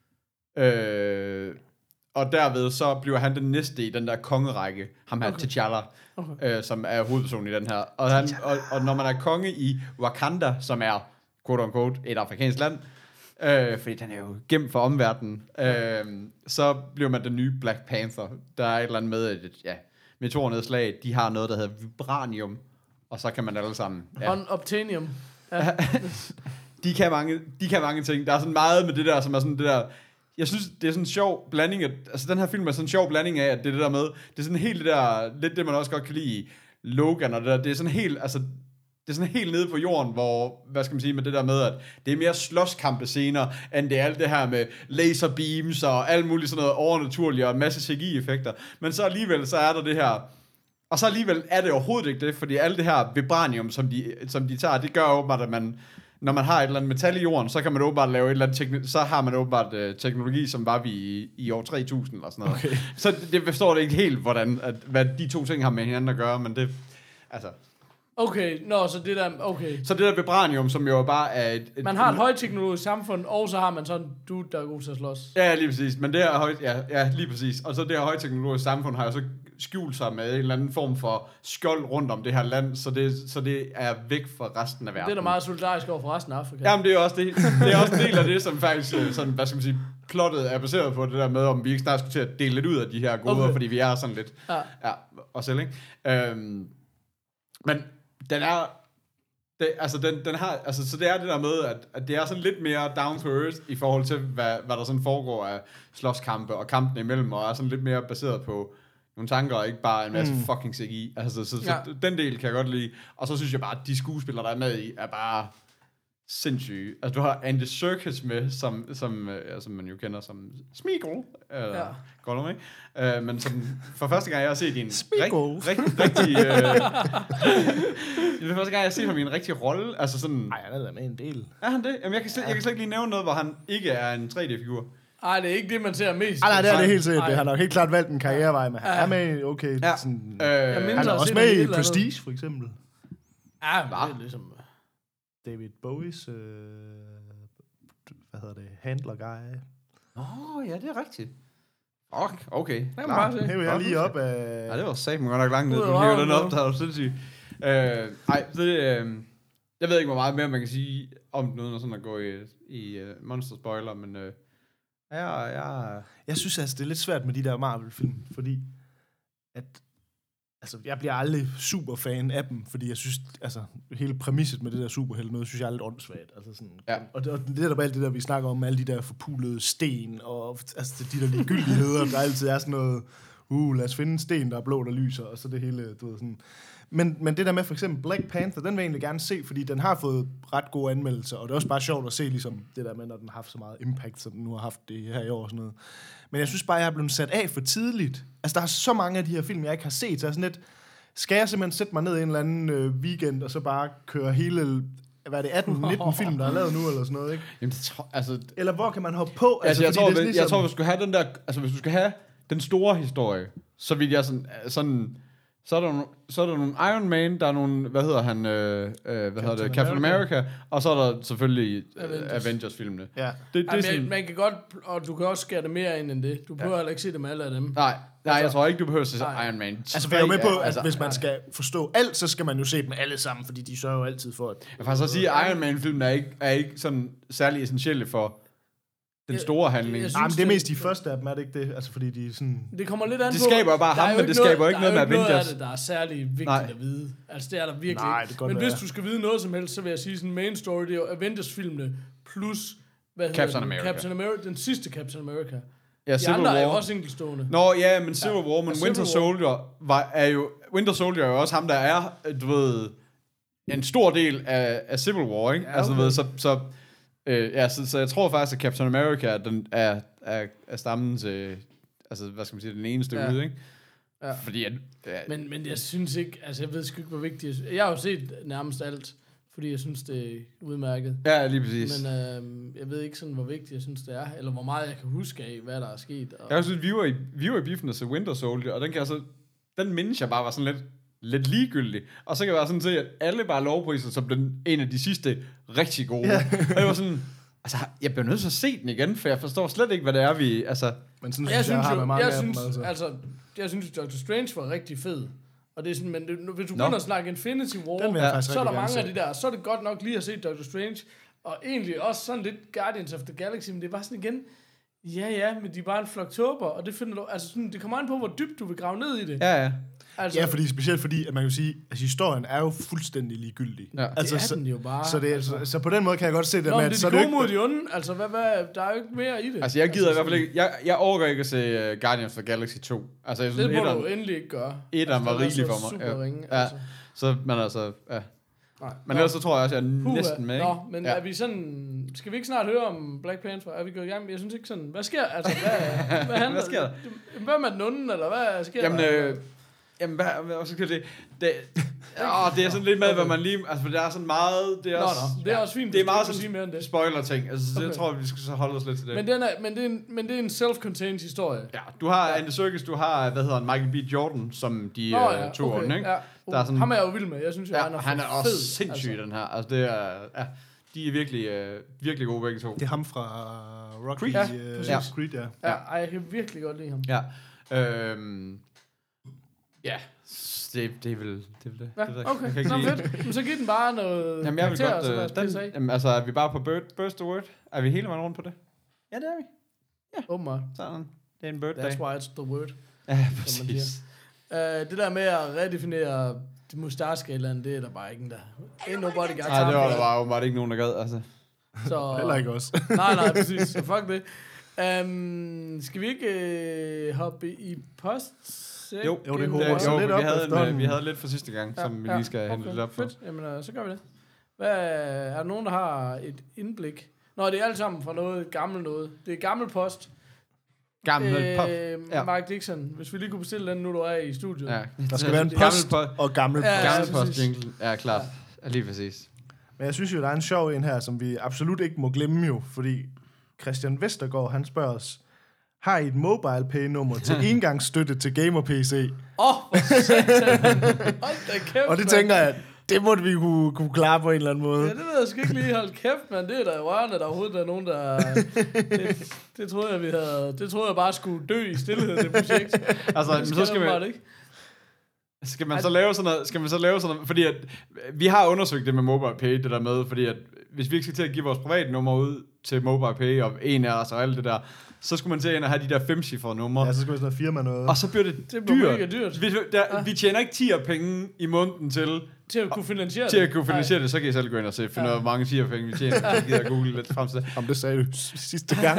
Øh, og derved så bliver han den næste i den der kongerække, ham her, okay. T'Challa, Okay. øh, som er hovedpersonen i den her. Og, han, og, og når man er konge i Wakanda, som er, quote unquote, et afrikansk land, øh, fordi den er jo gemt for omverdenen, øh, så bliver man den nye Black Panther. Der er et eller andet med, at ja, meteornedslag, de har noget, der hedder vibranium, og så kan man alle sammen... Ja. On Obtanium. Ja. De kan mange, de kan mange ting. Der er sådan meget med det der, som er sådan det der... Jeg synes, det er sådan en sjov blanding af... Altså, den her film er sådan en sjov blanding af, at det er det der med... Det er sådan helt det der... Lidt det, man også godt kan lide i Logan og det der. Det er sådan helt... Altså, det er sådan helt nede på jorden, hvor... Hvad skal man sige med det der med, at det er mere slåskampe scener, end det er alt det her med laserbeams og alt muligt sådan noget overnaturligt og en masse C G I-effekter. Men så alligevel, så er der det her... Og så alligevel er det overhovedet ikke det, fordi alt det her vibranium, som de, som de tager, det gør åbenbart, at man... Når man har et eller andet metal i jorden, så kan man åbenbart lave et eller andet teknologi, så har man åbenbart øh, teknologi, som var vi i, i år tre tusind eller sådan noget. Okay. Så det, det forstår det ikke helt, hvordan, at, hvad de to ting har med hinanden at gøre, men det, altså... Okay, nå, så det der, okay. Så det der vibranium, som jo bare er et... et Man har et højteknologisk samfund, og så har man sådan en dude, der er god til at slås. Ja, lige præcis. Men det her høj, ja, ja, lige præcis. Og så det her højteknologiske samfund har jo så skjult sig med en eller anden form for skjold rundt om det her land, så det, så det er væk fra resten af verden. Det er da meget solidarisk over for resten af Afrika. Jamen, det er også det. Det er også en del af det, som faktisk, øh, sådan, hvad skal man sige, plottet er baseret på det der med, om vi ikke snart skulle til at dele lidt ud af de her goder, Okay. fordi vi er sådan lidt, Ja. ja, os selv, ikke? Øhm, men den er, Det, altså, den, den har, altså, så det er det der med, at, at det er sådan lidt mere down to earth i forhold til, hvad, hvad der sådan foregår af slåskampe og kampene imellem, og er sådan lidt mere baseret på nogle tanker, og ikke bare en masse mm. fucking C G I. Altså, så, så, ja. så den del kan jeg godt lide. Og så synes jeg bare, at de skuespillere, der er med i, er bare sindssyge. Altså, du har Andy Serkis med, som, som, øh, som man jo kender som Smeagol. Øh, ja. Godt om, ikke? Øh, men som, for første gang, jeg har set i en rig, rigtig, rigtig... Øh, det er første gang, jeg har set ham i en rigtig rolle. Altså sådan... Nej, han er da med en del. Er han det? Jamen, jeg kan, slet, jeg kan slet ikke lige nævne noget, hvor han ikke er en tre D-figur. Ej, det er ikke det, man ser mest. Ej, nej, det er det helt sikkert. Det har nok helt klart valgt en karrierevej med. Han er med, okay. Ja. Sådan, øh, han er også med i Prestige, for eksempel. Ja, det er ligesom... David Bowies, øh, hvad hedder det, handler guy. Åh, oh, ja, det er rigtigt. Fuck, okay. Det kan man bare se. Hæver jeg lige op af... Ja, det var satme godt nok langt ned. Du hæver den op, der er jo sindssygt. Øh, ej, det, øh, jeg ved ikke, hvor meget mere man kan sige om den, uden at sådan at gå i, i uh, monster spoiler, men øh, ja, ja. Jeg synes altså, det er lidt svært med de der Marvel-film, fordi at altså, jeg bliver aldrig super fan af dem, fordi jeg synes, altså, hele præmisset med det der superhelt noget, synes jeg er lidt åndssvagt. Altså sådan, ja. Og det, og det er der bare alt det der, vi snakker om, alle de der forpulede sten, og altså, de der ligegyldigheder, der altid er sådan noget, uh, lad os finde en sten, der er blå, der lyser, og så det hele, du ved, sådan. Men, men det der med for eksempel Black Panther, den vil jeg egentlig gerne se, fordi den har fået ret gode anmeldelser, og det er også bare sjovt at se ligesom det der med, når den har haft så meget impact, som den nu har haft det her i år og sådan noget. Men jeg synes bare, jeg er blevet sat af for tidligt. Altså, der er så mange af de her film, jeg ikke har set, så jeg er sådan lidt, skal jeg simpelthen sætte mig ned i en eller anden øh, weekend, og så bare køre hele, hvad er det, atten nitten film, der er lavet nu, eller sådan noget, ikke? Jamen, det tror, altså, eller hvor kan man hoppe på? Altså, altså jeg, tror, det er ligesom... jeg tror, hvis du skal have den der, altså hvis du skal have den store historie, så vil jeg sådan, sådan så er der nogle, så er der nogle Iron Man, der er nogle, hvad hedder han, øh, øh, hvad Captain hedder det, Captain America. America, og så er der selvfølgelig Avengers, Avengers-filmene. Ja. Det, det Ej, er sådan, man kan godt, og du kan også skære det mere ind end det. Du behøver ja. heller ikke se dem alle af dem. Nej, nej, altså, jeg tror ikke, du behøver at se nej. Iron Man. Altså, for jeg er jo med på, at altså, hvis man skal forstå alt, så skal man jo se dem alle sammen, fordi de sørger jo altid for, at... Jeg faktisk også sige, at Iron Man-filmen er ikke, er ikke sådan særlig essentielle for den store handling. Nej, men det er mest de første af dem, er det ikke det? Altså, fordi de er sådan... Det kommer lidt an på... Det skaber bare ham, men det skaber ikke noget med Avengers. Der er jo ikke noget af det, der er særlig vigtigt Nej. at vide. Altså, det er der virkelig Nej, ikke. det kan Men godt hvis være. du skal vide noget som helst, så vil jeg sige, sådan main story, det er jo Avengers-filmene, plus... Hvad hedder Captain den? America. Captain America. Den sidste Captain America. Ja, De Civil andre War. er jo også enkeltstående. Nå, ja, men Civil War, men ja, Winter Civil War. Soldier var, er jo... Winter Soldier er jo også ham, der er, du ved, en stor del af, af Civil War, ikke? Ja, okay. Altså, du ved, så... så øh, ja, så, så jeg tror faktisk, at Captain America den er, er, er stammen til... Altså, hvad skal man sige, den eneste Ja. ude, ikke? Ja. Fordi at... Ja, Men, men jeg synes ikke... Altså, jeg ved sgu ikke, hvor vigtigt... Jeg, jeg har jo set nærmest alt, fordi jeg synes, det er udmærket. ja, lige præcis. Men øh, jeg ved ikke sådan, hvor vigtigt jeg synes, det er, eller hvor meget jeg kan huske af, hvad der er sket. Og... Jeg synes, vi var i, vi var i biffen og så Winter Soldier, og den kan jeg så... Den mindes jeg bare var sådan lidt, lidt ligegyldig. Og så kan jeg være sådan se, at alle bare lovpriser som den, en af de sidste rigtig gode. Ja. Og jeg var sådan... Altså, jeg bliver nødt til at se den igen, for jeg forstår slet ikke, hvad det er, vi... Altså... Men sådan jeg synes jeg, jeg har med jo, mange jeg af synes, dem, altså. altså, jeg synes, Doctor Strange var rigtig fed. Og det er sådan, men det, hvis du Nå. begynder at snakke Infinity War, Den vil jeg faktisk så er der rigtig mange af gerne de der, så er det godt nok lige at se Doctor Strange, og egentlig også sådan lidt Guardians of the Galaxy, men det er bare sådan igen, ja ja, men de er bare en flok tåber, og det finder du, altså sådan, det kommer an på, hvor dybt du vil grave ned i det. Ja, ja. Altså, Ja, fordi, specielt fordi, at man kan jo sige, at historien er jo fuldstændig ligegyldig. Ja. Altså, det er så, den jo bare. så, det, altså. så, så på den måde kan jeg godt se det Nå, med, men at det så er er de det gode ikke... mod de onde, altså hvad, hvad, der er jo ikke mere i det. Altså, jeg gider altså, i hvert fald ikke... Jeg, jeg overgår ikke at se uh, Guardians of the Galaxy to. Altså, jeg synes, det må etteren, du endelig ikke gøre. etteren var den er rigelig så for mig. super Ja. ringe, Ja. altså. Så, men altså... Ja. Nej. Men Nå. ellers så tror jeg også, at jeg er Puha. næsten med, ikke? Nå, men Ja. er vi sådan... Skal vi ikke snart høre om Black Panther? Er vi gået i gang? Jeg synes ikke sådan... Hvad sker? Altså, hvad, hvad handler Hvad sker der? det? Hvem er den onde, eller hvad sker Jamen, der? øh, jamen, hvad, hvad hvad skal det? Det, åh, det er sådan lidt med, hvad man lige... Altså, det er sådan meget... Det er Nå, også, nå, det er også fint, Det er hvis du meget ikke vil sige mere end sådan det. spoiler-ting. Altså, så Okay. jeg tror, vi skal så holde os lidt til det. Men, den er, men, det er en, men det er en self-contained historie. Ja, du har Andy Serkis, du har, hvad hedder han, Michael B. Jordan, som de Nå, Nå, ja, to okay, okay. ikke? Ja. Der er sådan- Ham er jeg jo vild med. Jeg synes jo, Ja, han er, han er for også fed, sindssyg, altså. den her. Altså, det er... Ja, de er virkelig, øh, virkelig gode begge to. Det er ham fra Rocky. Creed. Ja, øh, præcis. Creed, ja. Ja, ej, jeg kan virkelig godt lide ham. Ja. Øhm, ja, det, det er vel det. Er vel det. Ja, det ved jeg okay. jeg kan ikke Nå, lide. fedt. Men så giv den bare noget Jamen, jeg vil karakter, godt... og så Øh, bare den, spidse af. jamen, altså, er vi bare på bird, Burst the Word? Er vi hele vejen rundt på det? Ja, det er vi. Åbenbart. Sådan. Det er en birthday. That's why it's the word. Ja, man præcis. Uh, det der med at redefinere det mustache-skalaen, det er der bare ingen, der... Ain't nobody got time. Nej, det var der bare åbenbart ikke nogen, der gad, altså. Så, Heller ikke også. nej, nej, præcis. Så fuck det. Um, skal vi ikke øh, hoppe i post? Jo, jo, det håber det, jeg. Så jo, lidt vi, op havde en, efterhånden. vi havde lidt for sidste gang, ja, som vi lige skal ja, okay. hente lidt op for. Fedt. Jamen, øh, så gør vi det. Hvad, er der nogen, der har et indblik? Nå, det er alt sammen fra noget gammelt noget. Det er gammel post. Gammel øh, post. Ja. Mark Dixon, hvis vi lige kunne bestille den, nu du er i studiet. Ja. Der skal være en post gammel og gammel post. Ja, gammel ja, post jingle. Ja, klart. Ja. Lige præcis. Men jeg synes jo, der er en sjov en her, som vi absolut ikke må glemme jo, fordi Christian Vestergaard, han spørger os, har I et mobile pay-nummer til engangsstøtte til gamer-P C? Åh, oh, hvor satan. Hold da kæft, Og det man. tænker jeg, det måtte vi kunne, kunne klare på en eller anden måde. Ja, det ved jeg sgu ikke lige. Hold kæft, man. Det er da rørende, der overhovedet er nogen, der... Det, det troede jeg, vi havde... Det troede jeg bare skulle dø i stillhed, det projekt. Altså, men så skal vi... Ikke. Skal man så lave sådan noget, skal man så lave sådan noget, fordi at vi har undersøgt det med mobile pay, det der med, fordi at hvis vi ikke skal til at give vores private nummer ud til mobile pay, og en af os og alt det der, så skulle man til at have de der femcifrede numre. Ja, så skal vi sådan noget firma noget. Og så bliver det, det bliver dyrt. mega dyrt. Vi, der, ja. vi tjener ikke tier penge i måneden til... Til at kunne finansiere til det. at kunne finansiere det, så kan I selv gå ind og se, finde ja. ud af, hvor mange tier penge vi tjener. Så gider jeg google lidt frem til det. Jamen, det sagde du sidste gang.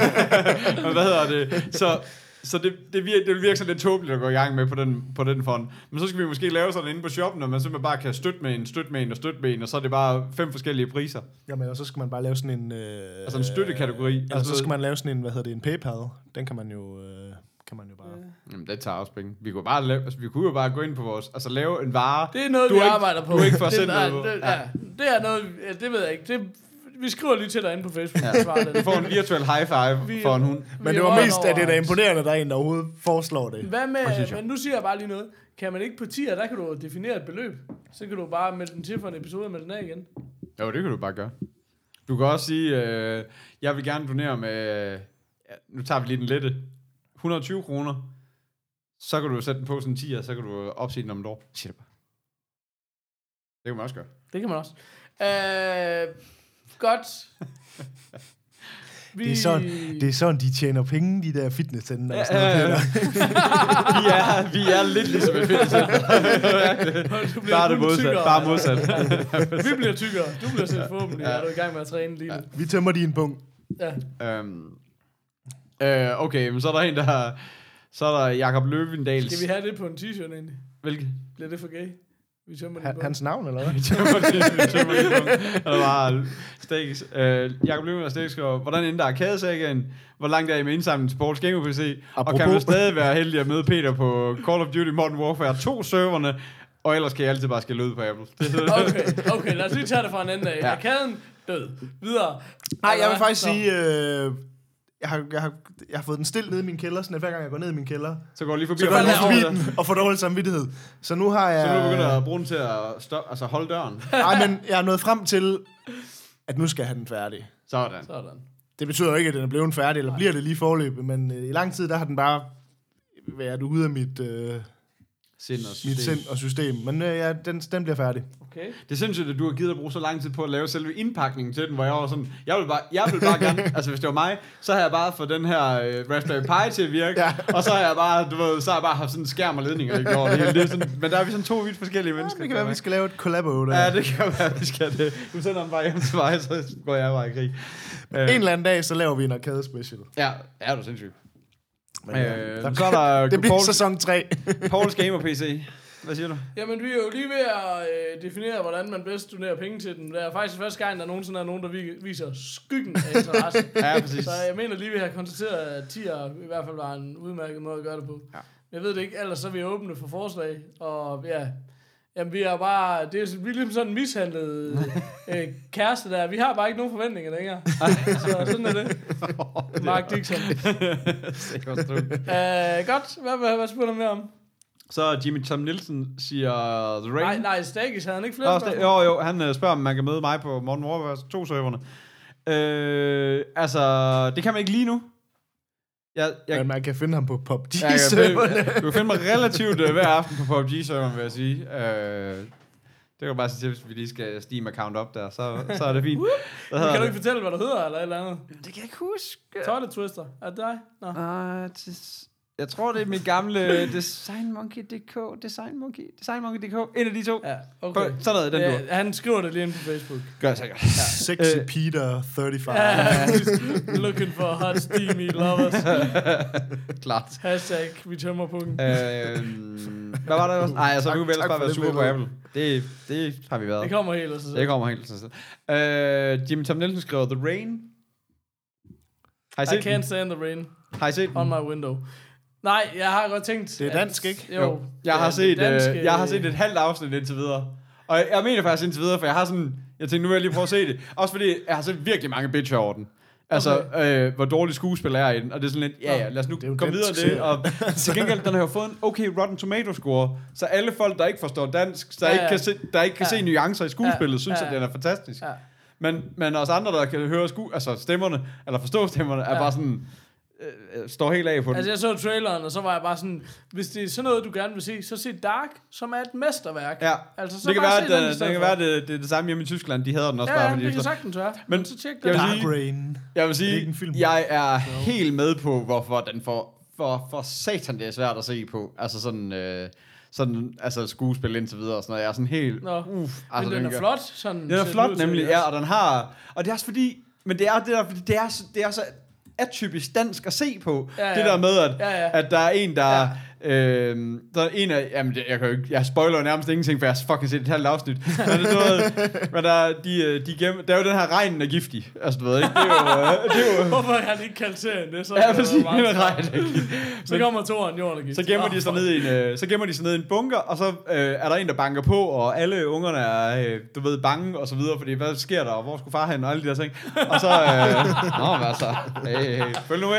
Men hvad hedder det? Så... Så det, det, virker, det virker sådan lidt tåbeligt at gå i gang med på den, på den fond. Men så skal vi måske lave sådan inde på shoppen, og man simpelthen bare kan støtte med en, støtte med en og støtte med en, og så er det bare fem forskellige priser. Jamen, og så skal man bare lave sådan en... Øh, altså en støttekategori. Altså, altså så skal man lave sådan en, hvad hedder det, en PayPal. Den kan man jo, øh, kan man jo bare... Ja. Jamen, det tager også penge. Vi kunne, bare lave, altså, vi kunne jo bare gå ind på vores... Altså lave en vare... Det er noget, du vi ikke, arbejder på. Du er ikke for det, selv nej, noget. det, ja. det er noget... Ja, det ved jeg ikke. Det, vi skriver lige til dig inde på Facebook. Ja. Du får en virtuel high five vi, for en hund. Men det var mest, at det er da imponerende, at der er en, der overhovedet foreslår det. Hvad med... Men nu siger jeg bare lige noget. Kan man ikke på tier, der kan du definere et beløb. Så kan du bare melde den til for en episode og melde den af igen. Jo, det kan du bare gøre. Du kan også sige, øh, jeg vil gerne donere med... Øh, ja, nu tager vi lige den lette. et hundrede og tyve kroner. Så kan du sætte den på sådan en tier, så kan du opsige den om et år. Siger det bare. Det kan man også gøre. Det kan man også. Øh, godt. Vi... Det, er sådan, det er sådan, de tjener penge, de der fitnesscenter. Ja, ja, ja. vi, er, vi er lidt ligesom et fitnesscenter. Bare det modsat. Bare modsat. Vi bliver tykkere. Du bliver selv forhåbentlig. Ja. Er du i gang med at træne lige nu? Ja. Vi tømmer din punkt. Ja. Um, uh, okay, men så er der en, der... Så er der Jakob Løvendals... Skal vi have det på en t-shirt egentlig? Hvilket? Bliver det for gay? Vi tømmer ha, hans navn, eller hvad? Vi tømmer det, vi tømmer det. Det var Stakes. Uh, Jakob Løvendals Stakes skriver, hvordan ender Arkadesagaen? Hvor langt er I med indsamling til Sports Gamer P C? Og kan man stadig være heldig at møde Peter på Call of Duty Modern Warfare to serverne? Og ellers kan jeg altid bare skælde ud på Apple. Okay, okay, lad os lige tage det fra en anden af. Ja. Arkaden, død. Videre. Nej, jeg vil faktisk så. sige... Øh, Jeg har, jeg, har, jeg har fået den stillet nede i min kælder, så hver gang jeg går ned i min kælder, så går lige forbi, så går jeg lige forbi den og får dårlig samvittighed. Så nu har jeg... Så nu er du begyndt at bruge den til at stoppe, altså holde døren? Nej, men jeg er nået frem til, at nu skal jeg have den færdig. Sådan. Sådan. Det betyder jo ikke, at den er blevet færdig, eller Nej. bliver det lige forløbet, men øh, i lang tid, der har den bare været ude af mit... Øh, Sind og mit sind og system. Men øh, ja, den, den bliver færdig. Okay. Det er sindssygt, at du har givet at bruge så lang tid på at lave selve indpakningen til den, hvor jeg var sådan, jeg vil bare, jeg vil bare gerne, altså hvis det var mig, så har jeg bare fået den her øh, Raspberry Pi til at virke, ja. Og så har jeg bare, du ved, så har jeg bare haft sådan en skærm og ledninger, ikke over det hele. Det er sådan, men der er vi sådan to vidt forskellige ja, mennesker. Det kan være, vi skal lave et collabo der. Ja, det kan være, vi skal det. Du sender den bare hjem til mig, så går jeg bare i krig. En eller anden dag, så laver vi en arcade special. Ja, ja, det er sindssygt. Men, ja, øh, der, så er der det bliver Paul, sæson tre. Pauls Gamer P C. Hvad siger du? Jamen, vi er jo lige ved at øh, definere, hvordan man bedst donerer penge til den. Det er faktisk første gang, der nogensinde er nogen, der viser skyggen af interesse. Ja, præcis. Så jeg mener lige, vi har konstateret, at tier i hvert fald var en udmærket måde at gøre det på. Ja. Jeg ved det ikke, ellers så er vi åbne for forslag. Og ja, jamen vi er bare, det er vi er ligesom sådan en mishandlet øh, kæreste der. Vi har bare ikke nogen forventninger længere. Så sådan er det. Mark Dixon. Sikkert uh, godt, hvad, hvad, hvad spørger du mere om? Så Jimmy Tom Nielsen siger The Rain. Nej, nej, Stakis havde han ikke flere oh, sta- Jo, jo, han uh, spørger, om man kan møde mig på Modern Warfare to serverne. Øh, altså, det kan man ikke lige nu. Jeg, jeg, Men man kan finde ham på P U B G-serverne. Ja, du kan finde mig relativt uh, hver aften på P U B G-serveren, vil jeg sige. Uh, det kan du bare sige til, hvis vi lige skal Steam-account op der, så, så er det fint. Kan du ikke det? fortælle, hvad du hedder, eller et eller andet? Det kan jeg ikke huske. Toilet Twister, er det dig? Nå. Uh, tis, Jeg tror, det er mit gamle designmonkey punktum d k. Designmonkey. Designmonkey punktum d k. En af de to. Ja, okay. Sådan noget, den ja, du. Han skriver det lige ind på Facebook. Gør jeg sikkert. Sexy Peter femogtredive. Ja, looking for hot steamy lovers. Klart. Hashtag, vi tømmer punkten. Øh, hvad var der også? Nej, altså, vi kunne vel bare være super på Apple. Det, det har vi været. Det kommer helt af sig selv. Det kommer helt af sig selv. Øh, Jimmy Tom Nielsen skriver The Rain. Har I set I can't den? stand the rain Har I set den? on my window. Nej, jeg har godt tænkt... Det er dansk, at, ikke? Jo. Jo. Jeg har, ja, set, danske, øh, jeg har set et halvt afsnit indtil videre. Og jeg, jeg mener faktisk indtil videre, for jeg har sådan... Jeg tænkte, nu vil jeg lige prøve at se det. Også fordi, jeg har set virkelig mange bitcher over den. Altså, okay. øh, hvor dårlig skuespil er i den. Og det er sådan lidt, ja ja, lad os nu komme videre det. Og til gengæld, den har jo fået en okay Rotten Tomato score. Så alle folk, der ikke forstår dansk, der ja, ikke ja. kan se, der ikke kan ja. se nuancer i skuespillet, ja. synes, ja. at den er fantastisk. Ja. Men, men os andre, der kan høre sku, altså stemmerne, eller forstå stemmerne, er Ja. bare sådan... Øh, står helt af på den. Altså, jeg så traileren, og så var jeg bare sådan, hvis det er sådan noget, du gerne vil se, så se Dark, som er et mesterværk. Ja, altså, så det kan bare være, se den i at det, stedet det, kan for. være det, det er det samme hjemme i Tyskland. De havde den også Ja, bare, ja, fordi det kan så- sagtens være. Men Men så tjek jeg det. vil Dark sige- Rain. Jeg vil Det er sige, ikke en film. jeg er helt med på, hvorfor den får for, for satan, det er svært at se på. Altså sådan, øh, sådan altså skuespil indtil videre og sådan noget. Jeg er sådan helt... Nå, Uff, altså, men den er gør- flot. Sådan, Den er ser det flot ud til, nemlig, ikke ja, også? og den har... Og det er også fordi... Men det er det der, fordi det er, så- det er så atypisk dansk at se på. Ja, ja. Det der med, at, Ja, ja. at der er en, der... Ja. Øh, der er en af... Jamen, det, jeg kan jo ikke... Jeg spoiler jo nærmest ingenting, for jeg har fucking set et halvt afsnit. Men det er noget... Men der, de, de gem, der er jo den her regnen er giftig. Altså, du ved ikke? Det er jo... Det er jo Hvorfor har de ikke kaldt serien det? Så ja, er det præcis. meget Den smart. regn er giftig. Så kommer toren jorden og gift. Så gemmer de sig ned i en, øh, så gemmer de sig ned i en bunker, og så øh, er der en, der banker på, og alle ungerne er, øh, du ved, bange og så videre, fordi hvad sker der, og hvor skulle far hen, og alle de der ting. Og så, øh, nå, hvad så? Hey, hey, følg nu med.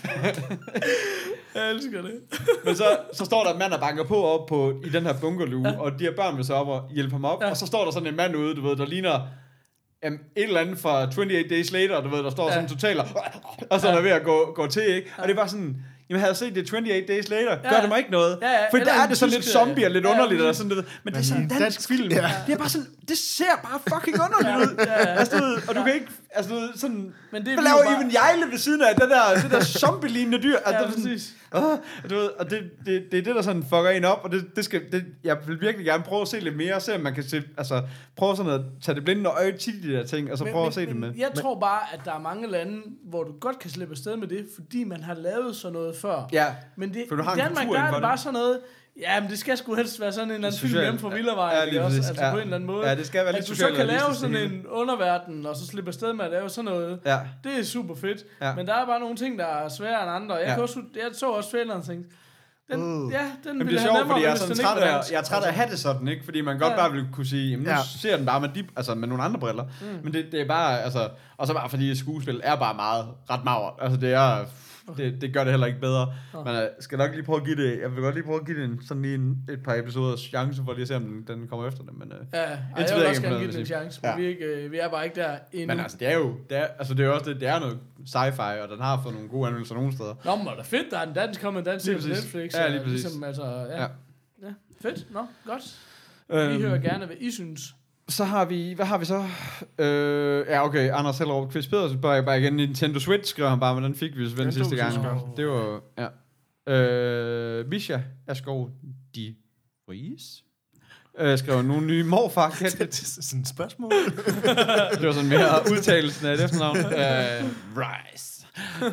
Jeg elsker det. Men så, så står der en mand, der banker på op på, i den her bunkerlue, ja. og de her børn vil så op og hjælpe ham op, ja. og så står der sådan en mand ude, du ved, der ligner um, et eller andet fra twenty-eight Days Later, du ved, der står ja. sådan totalt, og så er der ved at gå, gå til, ikke? Og det er bare sådan... Jamen, havde jeg set det twenty-eight Days Later, Ja. gør det mig ikke noget. Ja, ja. For Eller der er en det sådan tysk lidt zombie og lidt serie. underligt, Ja, og sådan noget. Men det er sådan en dansk film. Ja. Det er bare sådan, det ser bare fucking underligt ud. Ja, ja. Altså, du ved, og du kan ikke, altså, du ved, sådan... Men det er Hvad vi jo laver bare- Ivan Jejle ved siden af det der, det der zombie-lignende dyr? Altså, Ja, det er sådan, præcis. Åh, og du ved, og det, det, det er det, der sådan fucker en op, og det, det skal, det, jeg vil virkelig gerne prøve at se lidt mere, og se om man kan se, altså, prøve sådan at tage det blinde øje til de der ting, og så prøve at se det med. Jeg tror bare, at der er mange lande, hvor du godt kan slippe afsted med det, fordi man har lavet sådan noget før. Ja, Men det, for du har i en Danmark, kultur der er inden for det det. bare sådan noget, ja, men det skal sgu helst være sådan en eller anden film Social- hjemme fra Villavejen, Ja, ja, lige også, præcis. altså Ja. på en eller anden måde. Ja, det skal være lidt at du så kan lave socialrealistisk, sådan det hele. en underverden, og så slippe afsted med at lave sådan noget, Ja. det er super fedt. Ja. Men der er bare nogle ting, der er sværere end andre. Jeg, Ja. kan også, jeg så også traileren og tænkte, den, Uh. ja, den Men ville det er have sjovt, nemmere, fordi jeg er hvis sådan den træt ikke var af, dansk. jeg er træt af at have det sådan, ikke? Fordi man godt Ja. bare ville kunne sige, jamen nu Ja. ser den bare med, de, altså med nogle andre briller. Mm. Men det, det er bare, altså, og så bare fordi skuespil er bare meget, ret magert. Altså det er, det, det gør det heller ikke bedre. Oh. Men jeg skal nok lige prøve at give det, jeg vil godt lige prøve at give det en, sådan lige en, et par episoder chance for lige at se, om den, den kommer efter det. Men, øh, Ja, ej, Indtil jeg videre vil er også jeg gerne give imponeret, den en vil jeg chance, sige. men vi, er ikke, øh, vi er bare ikke der endnu. men altså det er jo, det er, altså det er jo også det, det er noget sci-fi, og den har fået nogle gode anmeldelser nogle steder. Nå, men det er fedt, der er en dansk kommet en dansk Lige serie på præcis. Netflix. Ja, og lige præcis. Ligesom, altså, ja. Ja. Ja. ja. Fedt, nå, godt. Vi Øhm, hører gerne, hvad I synes. Så har vi, hvad har vi så? Øh, ja, okay, Anders Hellerup Chris Pedersen spørger jeg bare igen. Nintendo Switch skrev han bare, men den fik vi så den Den sidste tog vi gang. sidste gang. Det var, ja. Øh, Misha Asgaard de Vries øh, skrev nogle nye morfar Det er sådan et spørgsmål. Det var sådan mere udtalelsen af det efternavn. Øh, Rice.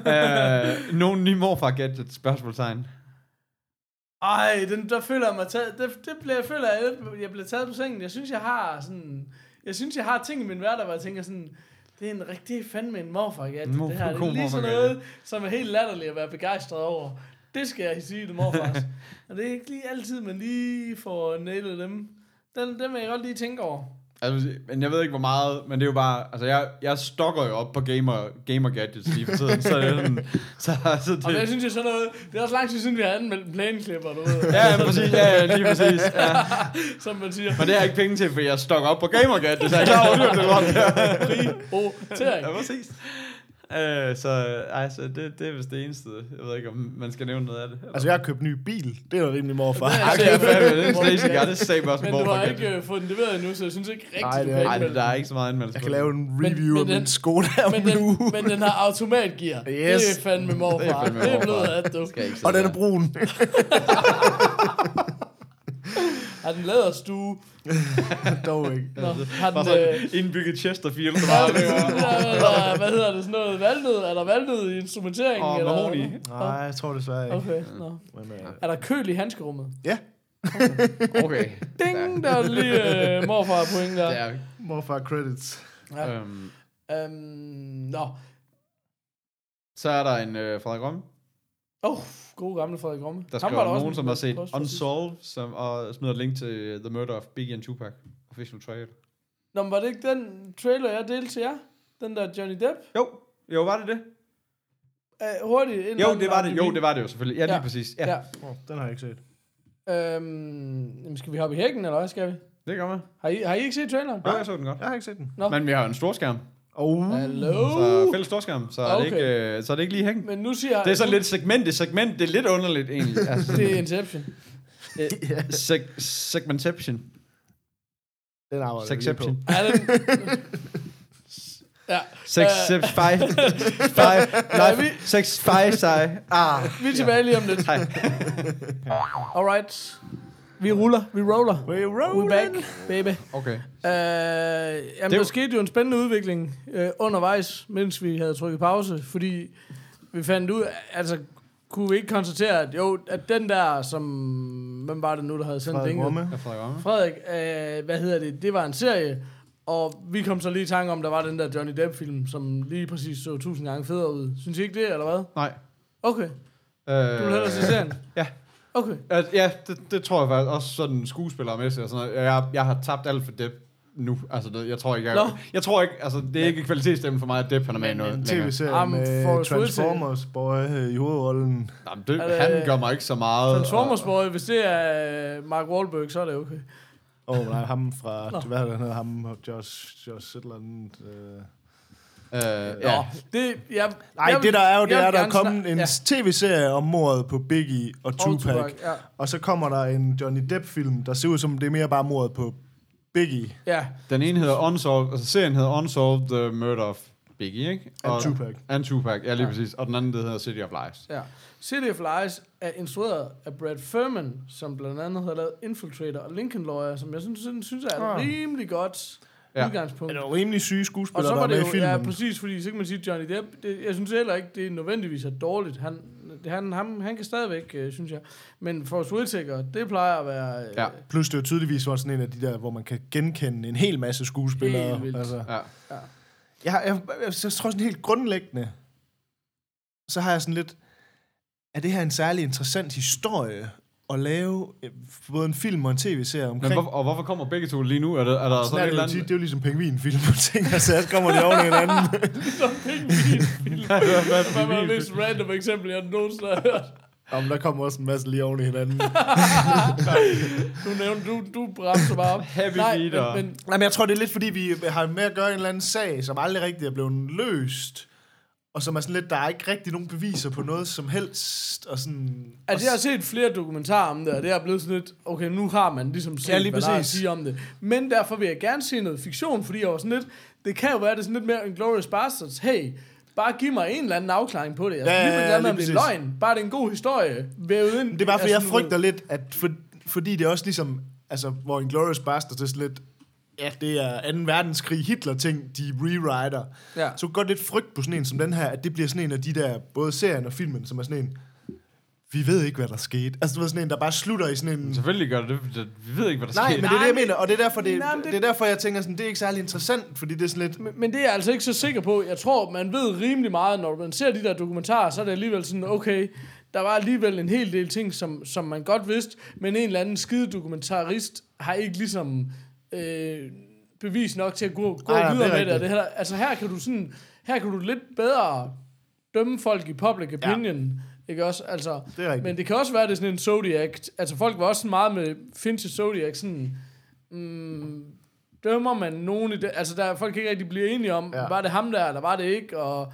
øh, nogle nye morfar gadgets, spørgsmålstegn. Ej, den, der føler jeg mig taget, det, det bliver, jeg føler, at jeg bliver taget på sengen. Jeg synes, jeg har sådan, jeg synes, jeg har ting i min hverdag, hvor jeg tænker sådan, det er en rigtig fandme en morfar gadget. En mor- Det her det god er lige sådan morfar-gadget. noget, som er helt latterligt at være begejstret over. Det skal jeg sige, det morfars. Og det er ikke lige altid, man lige får nailet dem. Den, den vil jeg godt lige tænke over. Altså, men jeg ved ikke hvor meget, men det er jo bare, altså jeg, jeg stokker jo op på gamer, gamer gadgets lige for tiden, så det er sådan, så, så det, Og jeg synes jo sådan noget, det er også lang tid siden, vi har anmeldt en plæneklipper, du ved. ja, ja, præcis, ja, ja, lige præcis, ja. Som man siger. Men det har jeg ikke penge til, for jeg stokker op på gamer gadgets, så jeg er klar over, det er det lort der. Prioritering. Ja, præcis. Øh, så altså, det, det er vist det eneste. Jeg ved ikke, om man skal nævne noget af det. Eller? Altså, jeg har købt ny bil. Det er jo rimelig morfar. Det er Ej, det er fandme, det er en stationcar, det sagde også Men du har ikke uh, fået den leveret endnu, så jeg synes ikke rigtig, Nej, du det kan er- Nej, anmelde der er den. ikke så meget anmeldelse. Jeg på kan det. lave en review men af min den- Skoda om Men en uge. den, men den har automatgear. Yes. Det er fandme morfar. Det er fandme Det er morfar. blevet at du. Skal jeg ikke Og sige den er det. brun. Har den læderstue? Dog ikke. Nå, har Bare den... sådan Øh, indbygget Chesterfield, der ja, var det. eller, hvad hedder det, sådan noget valnød? Er der valnød i instrumenteringen? Og eller? mahogni. Nej, jeg tror desværre ikke. Okay, nå. Men, øh, Er der køl i handskerummet? ja, Okay. Ding, der er lige øh, morfar point der. Det er morfar credits. Ja. øhm, Øhm, nå. Så er der en øh, Frederik Romme, Åh, oh, gode gamle Frederik Romme. der Ham var skriver også nogen, en- som har set også for sidst. Unsolved, som, og smider et link til The Murder of Biggie and Tupac. Official trailer. Nå, men var det ikke den trailer, jeg delte til jer? Den der Johnny Depp? Jo, jo, var det det? Uh, hurtigt. en eller Jo, anden det var det. Jo, artikel. det var det jo selvfølgelig. Ja, lige Ja. præcis. Ja, Ja. Oh, den har jeg ikke set. Øhm, jamen, skal vi hoppe i hækken, eller hvad skal vi? det gør man. Har I, har I ikke set traileren? Jo, jeg så den godt. Jeg har ikke set den. Nå. Men vi har jo en storskærm. Oh. Hallo? Så fælles storskærm, så er, Okay. det ikke, øh, så er det ikke lige hækken. Men nu siger Det er sådan lidt segment i segment. Det er lidt underligt egentlig. Altså, Det er Inception. seg- segmentation. Den arbejder jeg lige på. Sexception. Er den... ja. Sex, Øh, sex, five, five, Nej, life, vi- sex, five, sig. Ah. Vi er tilbage lige om lidt. Hej. Alright. Vi ruller. Vi roller. We're We rolling. back, baby. Okay. Øh, jamen, Det der var- skete jo en spændende udvikling øh, undervejs, mens vi havde trykket pause, fordi vi fandt ud, altså kunne vi ikke konstatere, at jo, at den der, som, hvem var det nu, der havde sendt Frederik linket? Romme. Jeg Frederik Romme. Frederik, øh, hvad hedder det, det var en serie, og vi kom så lige i tanke om, der var den der Johnny Depp-film, som lige præcis så tusind gange federe ud. Synes I ikke det, eller hvad? Nej. Okay, Øh, du vil hellere se serien? Ja. Okay. At, ja, det, det tror jeg faktisk også sådan skuespillere med sig og sådan noget. Jeg, jeg har tabt alt for Depp nu. Altså, det, jeg tror ikke, jeg, Nå. jeg tror ikke, altså, det er ikke kvalitetsstemmen for mig, at Depp han er med i noget En længere. tv-serie Jamen, med Forrest Transformers boy øh, i hovedrollen. Jamen, det, Er det- han gør mig ikke så meget. Transformers Boy, hvis det er Mark Wahlberg, så er det okay. Åh, oh, nej, ham fra, Nå. hvad er det, han hedder, ham, Josh, Josh et eller andet. Øh. Øh, Ja. ja. Det, jeg, Nej, jeg, det der er jo, jeg det vil er, der er gerne kommet snak- en ja. tv-serie om mordet på Biggie og Og Tupac. Tupac, ja. Og så kommer der en Johnny Depp-film, der ser ud som, det er mere bare mordet på Biggie Ja, Den ene hedder Unsolved, altså serien hedder Unsolved The Murder of Biggie, ikke? and Tupac. And Tupac, ja lige Ja. ja. præcis. Og den anden, det hedder City of Lies. ja. City of Lies er instrueret af Brad Furman, som blandt andet har lavet Infiltrator og Lincoln Lawyer, som jeg synes, synes, synes er et Ah. rimelig godt Ja. udgangspunkt. Det er jo rimelig syge Og skuespillere, så der var er med det i jo, filmen. ja, præcis, fordi så kan man sige, Johnny Depp, det, jeg synes heller ikke, det er nødvendigvis er dårligt. Han, det, han, ham, han kan stadigvæk, øh, synes jeg. Men Forrest Whitaker, det plejer at være... Øh, Ja. Plus det er jo tydeligvis også sådan en af de der, hvor man kan genkende en hel masse skuespillere. Helt vildt. Altså. Ja. ja. Jeg, jeg, jeg, jeg, jeg tror sådan helt grundlæggende, så har jeg sådan lidt, er det her en særlig interessant historie at lave øh, både en film og en tv-serie Men omkring? hvor, og hvorfor kommer begge to lige nu? Er, det, er der sådan, Sådan er et det, eller jo tit, andet? det er jo ligesom pingvinfilm og ting, altså så kommer de oven i hinanden. Som pingvinfilm. Hvad er Hvad det, var det pingvin? mest random eksempel, jeg nogensinde har hørt? Jamen, der kommer også en masse lige oven i hinanden. Du nævnte, du, du bremser bare op. Heavy Nej, feeder. men, men Jamen, jeg tror, det er lidt, fordi vi har med at gøre en eller anden sag, som aldrig rigtig er blevet løst, og som er sådan lidt, der er ikke rigtig nogen beviser på noget som helst, og sådan... altså, jeg har set flere dokumentarer om det, og det er blevet sådan lidt, okay, nu har man ligesom set, Ja, lige hvad der er at præcis. sige om det. Men derfor vil jeg gerne se noget fiktion, fordi jeg var sådan lidt, det kan jo være, det er sådan lidt mere Inglourious Basterds. Hey, bare giv mig en eller anden afklaring på det. Jeg Ja, skal ja, lige ja, glad med, lige om det er præcis. løgn. Bare det er en god historie. Vævet ind. Det er bare, fordi Altså, jeg du ved- frygter lidt, at for, fordi det er også ligesom, altså, hvor Inglourious Basterds, det er sådan lidt, ja, det er anden verdenskrig, Hitler-ting, de rewriter. Ja. Så godt lidt frygt på sådan en som den her, at det bliver sådan en af de der, både serien og filmen, som er sådan en, vi ved ikke, hvad der skete. Altså, du ved, sådan en, der bare slutter i sådan en... Selvfølgelig gør det det. det. Vi ved ikke, hvad der Nej, sker. men det er det, jeg Nej, mener, og det er derfor, det, Nej, men det- det er derfor jeg tænker sådan, det er ikke særlig interessant, fordi det er sådan lidt... Men, men det er jeg altså ikke så sikker på. Jeg tror, man ved rimelig meget, når man ser de der dokumentarer, så er det alligevel sådan, okay, der var alligevel en hel del ting, som, som man godt vidste, men en eller anden skide dokumentarist har ikke ligesom øh, bevis nok til at gå, gå Ej, ja, videre det er med det. Og rigtigt. det her, altså her kan du sådan, her kan du lidt bedre dømme folk i public opinion, ja. Ikke også? Altså, Det er rigtigt. men det kan også være, det er sådan en Zodiac. Altså folk var også sådan meget med Finch og Zodiac, sådan... Mm, dømmer man nogen i det? Altså, der, folk kan ikke rigtig blive enige om, Ja. ja. var det ham der, eller var det ikke? Og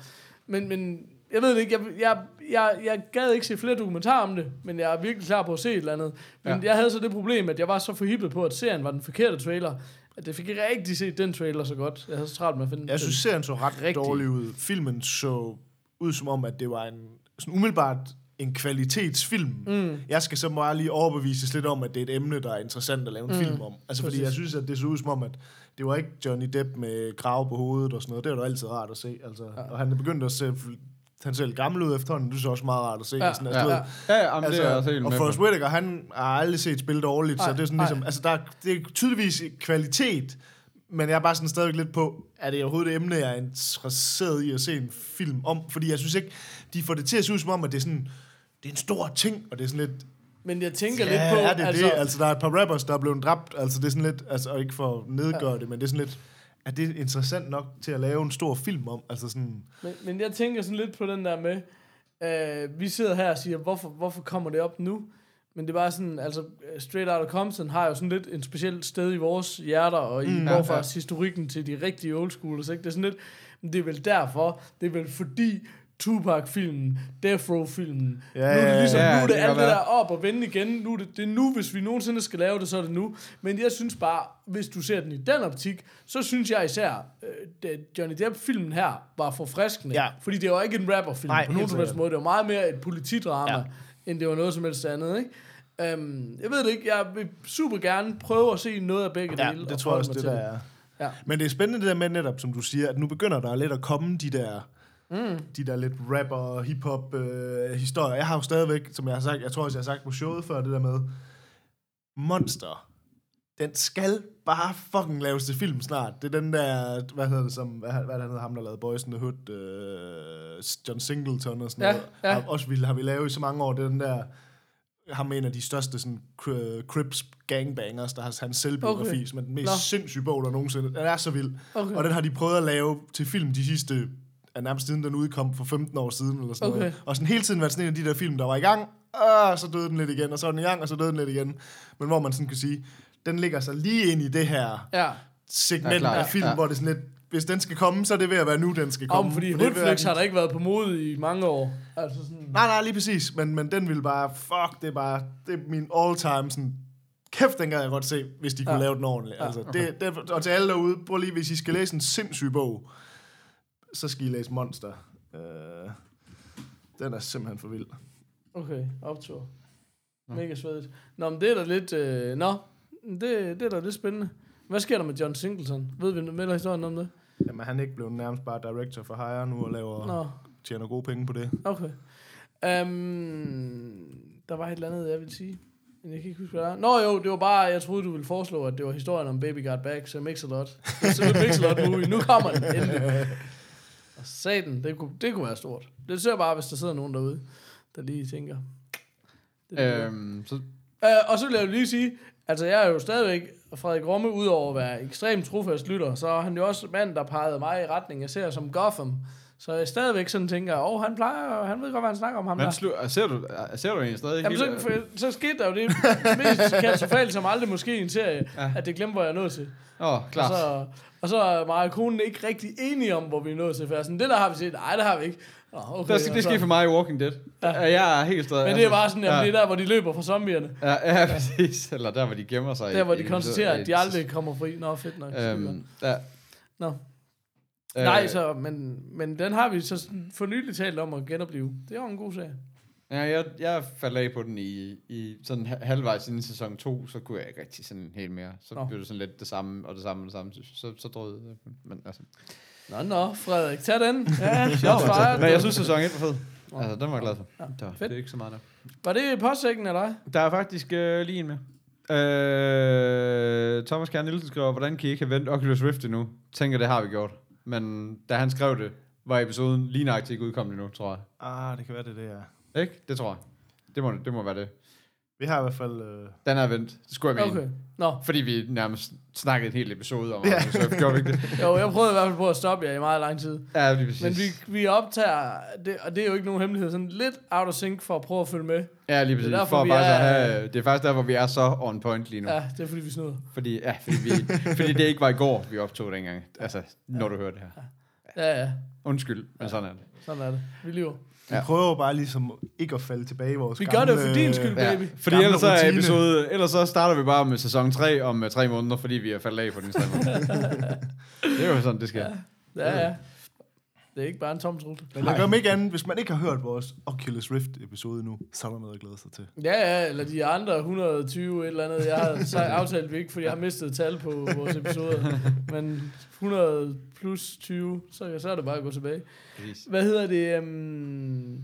men, men jeg ved det ikke, jeg, jeg, jeg, jeg gad ikke se flere dokumentarer om det, men jeg er virkelig klar på at se et eller andet. Men ja. jeg havde så det problem, at jeg var så forhippet på, at serien var den forkerte trailer, at det fik ikke rigtig set den trailer så godt. Jeg havde så travlt med at finde Jeg synes, serien så ret rigtig dårlig ud. Filmen så ud som om, at det var en sådan umiddelbart en kvalitetsfilm. Mm. Jeg skal så bare lige overbevises lidt om, at det er et emne, der er interessant at lave en mm. film om. Altså, fordi jeg synes, at det så ud som om, at det var ikke Johnny Depp med krav på hovedet og sådan noget. Det var da altid rart at se. Altså, ja. Og han er begyndt at se... Han ser lidt gammel ud efterhånden, det er så også meget rart at se. Ja, sådan, ja, ja. ja, ja altså, det er også helt og Forrest Whitaker, han har aldrig set spil dårligt, ej, så det er sådan ligesom, altså der er, det er tydeligvis kvalitet, men jeg er bare sådan stadigvæk lidt på, er det overhovedet et emne, jeg er interesseret i at se en film om, fordi jeg synes ikke, de får det til at se ud som om, at det er sådan, det er en stor ting, og det er sådan lidt... Men jeg tænker ja, lidt på... er det altså, det? Altså, der er et par rappers, der er blevet dræbt, altså det er sådan lidt, altså, og ikke for at nedgøre ja. det, men det er sådan lidt... Er det interessant nok til at lave en stor film om? Altså sådan... men, men jeg tænker sådan lidt på den der med, øh, vi sidder her og siger, hvorfor, hvorfor kommer det op nu? Men det var sådan, altså Straight Outta Compton har jo sådan lidt en specielt sted i vores hjerter, og i mm, morfars ja. historikken til de rigtige old schoolers, ikke? Det er sådan lidt, men det er vel derfor, det er vel fordi Tupac-filmen, Death Row-filmen, ja, nu er det ligesom, ja, nu er det, det alt det der op og vende igen, nu er det, det er nu, hvis vi nogensinde skal lave det, så er det nu. Men jeg synes bare, hvis du ser den i den optik, så synes jeg især, øh, Johnny Depp-filmen her var forfriskende, ja. fordi det var ikke en rapper-film Nej, på nogen som helst måde, det var meget mere et politidrama, ja. end det var noget som helst andet, ikke? Um, jeg ved det ikke, jeg vil super gerne prøve at se noget af begge ja, dele. det tror jeg også, det der er. Ja. Men det er spændende det der med netop, som du siger, at nu begynder der lidt at komme de der Mm. de der lidt rapper, hip-hop øh, historier. Jeg har jo stadigvæk, som jeg har sagt, jeg tror også, jeg har sagt på showet før, det der med Monster. Den skal bare fucking laves til film snart. Det er den der, hvad hedder det som, hvad, hvad er det, hedder ham, der lavede Boys in the Hood, øh, John Singleton og sådan ja, noget. Ja. Har, også vi, har vi lavet i så mange år, det er den der, ham en af de største sådan, Crips gangbangers, der har hans selvbiografi, okay. som er den mest Nå. sindssyge bog, der nogensinde. Den er så vild. Okay. Og den har de prøvet at lave til film de sidste er nærmest siden den udkom for femten år siden, eller sådan okay. noget. Og sådan hele tiden var sådan en af de der film, der var i gang, og så døde den lidt igen, og så var den i gang, og så døde den lidt igen. Men hvor man sådan kan sige, den ligger så lige ind i det her ja. segment ja, klar, af film, ja. hvor det sådan lidt, hvis den skal komme, så er det ved at være nu, den skal komme. Om, fordi Hoodflix har der ikke været på mode i mange år. Altså sådan... Nej, nej, lige præcis. Men, men den vil bare, fuck, det er bare, det er min all-time sådan, kæft, den gad jeg godt se, hvis de ja. kunne lave den ordentligt. Ja, altså, okay. det, det, og til alle derude, prøv lige, hvis I skal læse en sindssyg bog, så skal I læse Monster. Uh, den er simpelthen for vild. Okay, optur. Mega svedigt. Nå, men det er da lidt... Øh, nå, det, det er da lidt spændende. Hvad sker der med John Singleton? Ved vi med historien om det? Jamen, han er ikke blevet nærmest bare director for Hire nu og laver, nå. tjener gode penge på det. Okay. Um, der var et eller andet, jeg ville sige. Men jeg kan ikke huske, hvad der er. Nå jo, det var bare, jeg troede, du ville foreslå, at det var historien om Baby Got Back, så Mix-a-Lot. Så Mix-a-Lot movie. Nu kommer den endelig. Og satan, det kunne, det kunne være stort. Det ser bare, hvis der sidder nogen derude, der lige tænker. Det øhm, så... øh, og så vil jeg jo lige sige, altså jeg er jo stadigvæk Frederik Romme, udover at være ekstremt trofast lytter, så er han jo også mand, der pegede mig i retning af serier som Gotham. Så jeg stadigvæk sådan tænker, åh, oh, han plejer, han ved godt, hvad han snakker om ham der. Slu- ser du, ser du egentlig stadig? Jamen, så, for, så skete der jo det mest katastrofalt som aldrig måske i en serie, ja. at det glemte, hvor jeg er nået til. Åh, oh, klart. Og så, og så er mig og konen ikke rigtig enige om, hvor vi er nået til. For sådan, det der har vi set, nej, det har vi ikke. Oh, okay, det, det sker for mig i Walking Dead. Ja. Jeg er helt stadig. Men det er bare sådan, jamen, ja. det er der, hvor de løber fra zombierne. Ja, ja, præcis. Eller der, hvor de gemmer sig. Der, hvor de konstaterer, at de aldrig kommer fri. Nå, fedt nok. Um, ja. Nå. Øh. Nej, så, men, men den har vi så for nylig talt om at genopleve. Det er jo en god sag. Ja, jeg, jeg faldt af på den i, i sådan halvvejs inden sæson to, så kunne jeg ikke rigtig sådan helt mere. Så nå. Blev det sådan lidt det samme, og det samme, og det samme. Så, så drøde det. Men altså... Nå, nå, Frederik, tag den. Ja, shots fired. Men jeg synes, sæson et var fed. Altså, den var jeg glad for. Ja, det, var, det er ikke så meget der. Var det postsækken af dig? Der er faktisk øh, lige en med. Øh, Thomas Kjær Nielsen skriver, hvordan kan I ikke have vendt Oculus Rift endnu? Tænker, det har vi gjort. Men da han skrev det, var episoden lige nøjagtigt ikke udkommet endnu, tror jeg. Ah, det kan være det, det er. Ikke? Det tror jeg. Det må, det må være det. Vi har i hvert fald... Øh... Den er vendt. Det skulle jeg mene. Okay. No. Fordi vi nærmest snakkede en hel episode om ja. Så gjorde vi ikke det. Jo, jeg prøvede i hvert fald på at stoppe jer i meget lang tid. Ja, det er præcis. Men vi, vi optager, det, og det er jo ikke nogen hemmelighed, sådan lidt out of sync for at prøve at følge med. Ja, lige præcis. Det er, derfor, for at faktisk er, have, det er faktisk der, hvor vi er så on point lige nu. Ja, det er fordi vi snyder. Fordi, ja, fordi, vi, fordi det ikke var i går, vi optog dengang. Altså, når ja. du hører det her. Ja. Ja, ja. Undskyld, men sådan er det. Sådan er det. Vi lever. Vi ja. prøver bare ligesom ikke at falde tilbage i vores Vi gamle... gør det for din skyld, baby. Ja. Fordi ellers så, er episode, ellers så starter vi bare med sæson tre om uh, tre måneder, fordi vi er faldet af for den tre måneder. Det er jo sådan, det sker. Ja, ja. ja. Det er ikke bare en tom trutte. Men jeg gør mig ikke andet. Hvis man ikke har hørt vores Oculus Rift-episode nu, så er der noget at glæde sig til. Ja, ja, eller de andre et hundrede og tyve et eller andet. Jeg har så aftalt vi ikke, fordi jeg har mistet tal på vores episoder. Men hundrede plus tyve, så, så er det bare at gå tilbage. Præcis. Hvad hedder det? Um...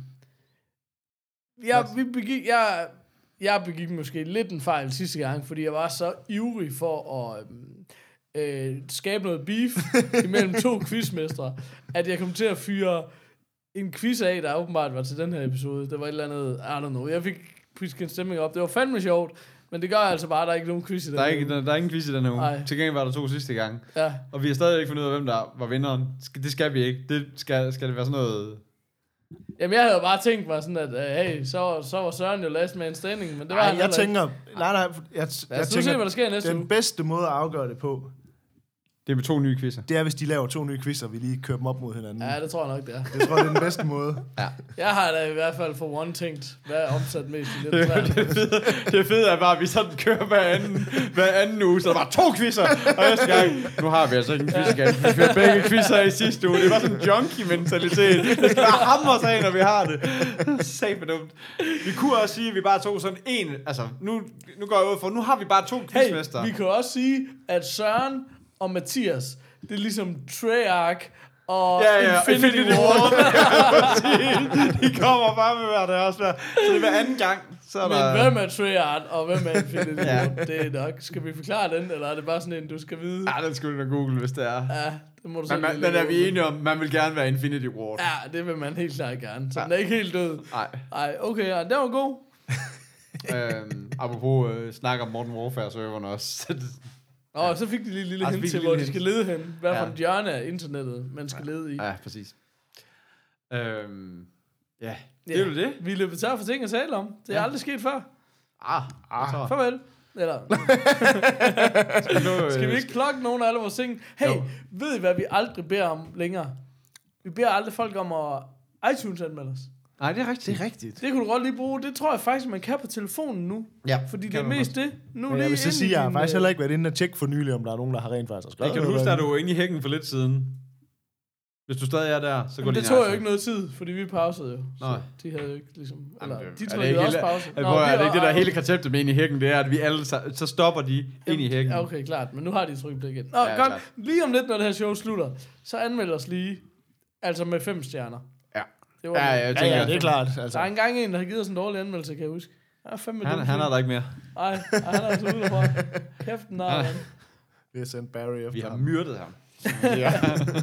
Jeg, vi begik, jeg, jeg begik måske lidt en fejl sidste gang, fordi jeg var så ivrig for at øh, skabe noget beef imellem to quizmestre, at jeg kom til at fyre en quiz af, der åbenbart var til den her episode. Det var et eller andet, I don't know. Jeg fik pisket en stemning op. Det var fandme sjovt, men det gør altså bare, at der er ikke nogen quiz i den der er her ikke, der, der er ingen quiz i den her uge. Nej. Til gengæld var der to sidste gang. Ja. Og vi har stadig ikke fundet ud af, hvem der var vinderen. Det skal vi ikke. Det skal, skal det være sådan noget... Jamen, jeg havde bare tænkt mig sådan, at uh, hey, så, så var Søren jo last man standing, men det var Ej, han jeg tænker... Nej, nej, jeg, jeg, jeg tænker, se, hvad der sker tænker, næste den uge. bedste måde at afgøre det på, Det er med to nye quizzer. det er, hvis de laver to nye quizzer, vi lige kører dem op mod hinanden. Ja, det tror jeg nok, det er. Det tror jeg, det er den bedste måde. Ja. Jeg har da i hvert fald for one tænkt, hvad er omsat mest i Det, det. det, fede, det fede er bare, at vi sådan kører hver anden, hver anden uge, så der var to quizzer, og næste gang, nu har vi altså ikke en quiz igen. Vi fik begge quizzer i sidste uge. Det var sådan en junkie-mentalitet. Det skal bare hamre sig af, når vi har det. Sag for dumt. Vi kunne også sige, at vi bare tog sådan en, altså nu, nu går jeg ud for, nu har vi bare to quizmester. Hey, vi kan også sige, at Søren og Mathias, det er ligesom Treyarch og Ja, ja, Infinity, Infinity War. War. De kommer bare med hver deres hver. Så det er hver anden gang. Så er Men der... hvem er Treyarch, og hvem er Infinity Ja. War? Det er nok. Skal vi forklare den, eller er det bare sådan en, du skal vide? Ja, den skulle du da google, hvis det er. Ja, det må du Men, selv man, lige men er vi google. enige om, man vil gerne være Infinity Ward? Ja, det vil man helt klart gerne. Så Ja. den er ikke helt død. Nej. Ej, okay, ja, den var god. øhm, apropos øh, snak om Modern Warfare-serverne også. Og så fik de lige en lille Altså, hint fik til, de hvor lille de skal hint. lede hen. Hvad for Ja. et hjørne af internettet, man skal lede i. Ja, præcis. Øhm, ja, det Ja. er jo det. Vi er løbet tør for ting at tale om. Det er Ja. aldrig sket før. Ah, ah. Farvel. Eller, Skal, nu, øh, skal vi ikke plukke nogen af alle vores ting? Hey, Jo. ved I, hvad vi aldrig beder om længere? Vi beder aldrig folk om at iTunes-anmelde os. Nej, det er rigtigt. Det er rigtigt. Det kunne du godt lige bruge. Det tror jeg faktisk, man kan på telefonen nu. Ja, Fordi det kan er man mest det. Nu Men lige jeg vil så ind i sige, jeg har din, faktisk øh, heller ikke været inde og tjekke for nylig, om der er nogen, der har rent faktisk skrevet. Jeg kan du huske, at du var inde i hækken for lidt siden? Hvis du stadig er der, så går Men din det tog jo iPhone. ikke noget tid, fordi vi pausede jo. Så Nej. de havde jo ikke ligesom... Eller, Jamen, det- de er det trykkede ikke også hele- pause. Er, er, er det ikke det, der er hele hele... konceptet med ind i hækken? Det er, at vi alle så, så stopper de ind i hækken. Ja, okay, klart. Men nu har de trykket det igen. Nå, Ja, ja, godt. klart. Lige om lidt, når det her show slutter, så anmeld os lige. Altså med fem stjerner. Ja. Det var Ja, det. jeg Ja, tænker, ja, det er klart. Der Altså. er engang en, der har givet os en dårlig anmeldelse, kan jeg huske. Ja, fandme han, dumt. han er der ikke mere. Ej, ej, han er altså ude derfra. Kæft, nej, Ja. mand. Vi har sendt Barry efter Vi har ham. myrdet ham. Ja.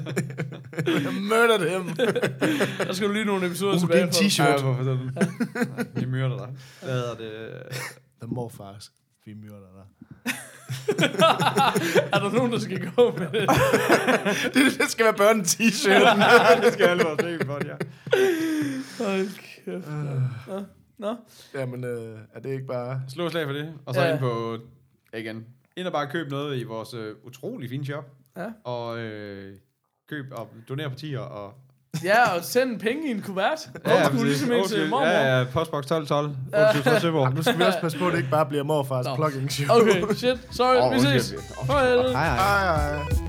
Murdered him. Der skal du lige nogle episoder Uh, tilbage det er en for. Ja, t-shirt. hvorfor sådan? Vi myrder dig. Hvad hedder det? The morfars. Vi myrder dig. Er der nogen, der skal gå med det? det, det skal være børne-t-shirten. Det skal alle vores ikke godt, ja. Hold kæft. Nå, nå. Jamen, øh, er det ikke bare... Slå et slag for det. Og så Ja. ind på, igen, ind og bare køb noget i vores øh, utrolig fine shop. Ja. Og øh, køb og donere partier og... Ja, og send penge i en kuvert. Ja, Ja, skulle ligesom ikke til mormor. Ja, ja, postbox tolv tolv. Jamen, nu skal vi også passe på, at det ikke bare bliver morfars Nå. plugging show. Okay, shit. Sorry, Åh, vi undskyld. ses. Farvel. Hej, hej. Hej, hej.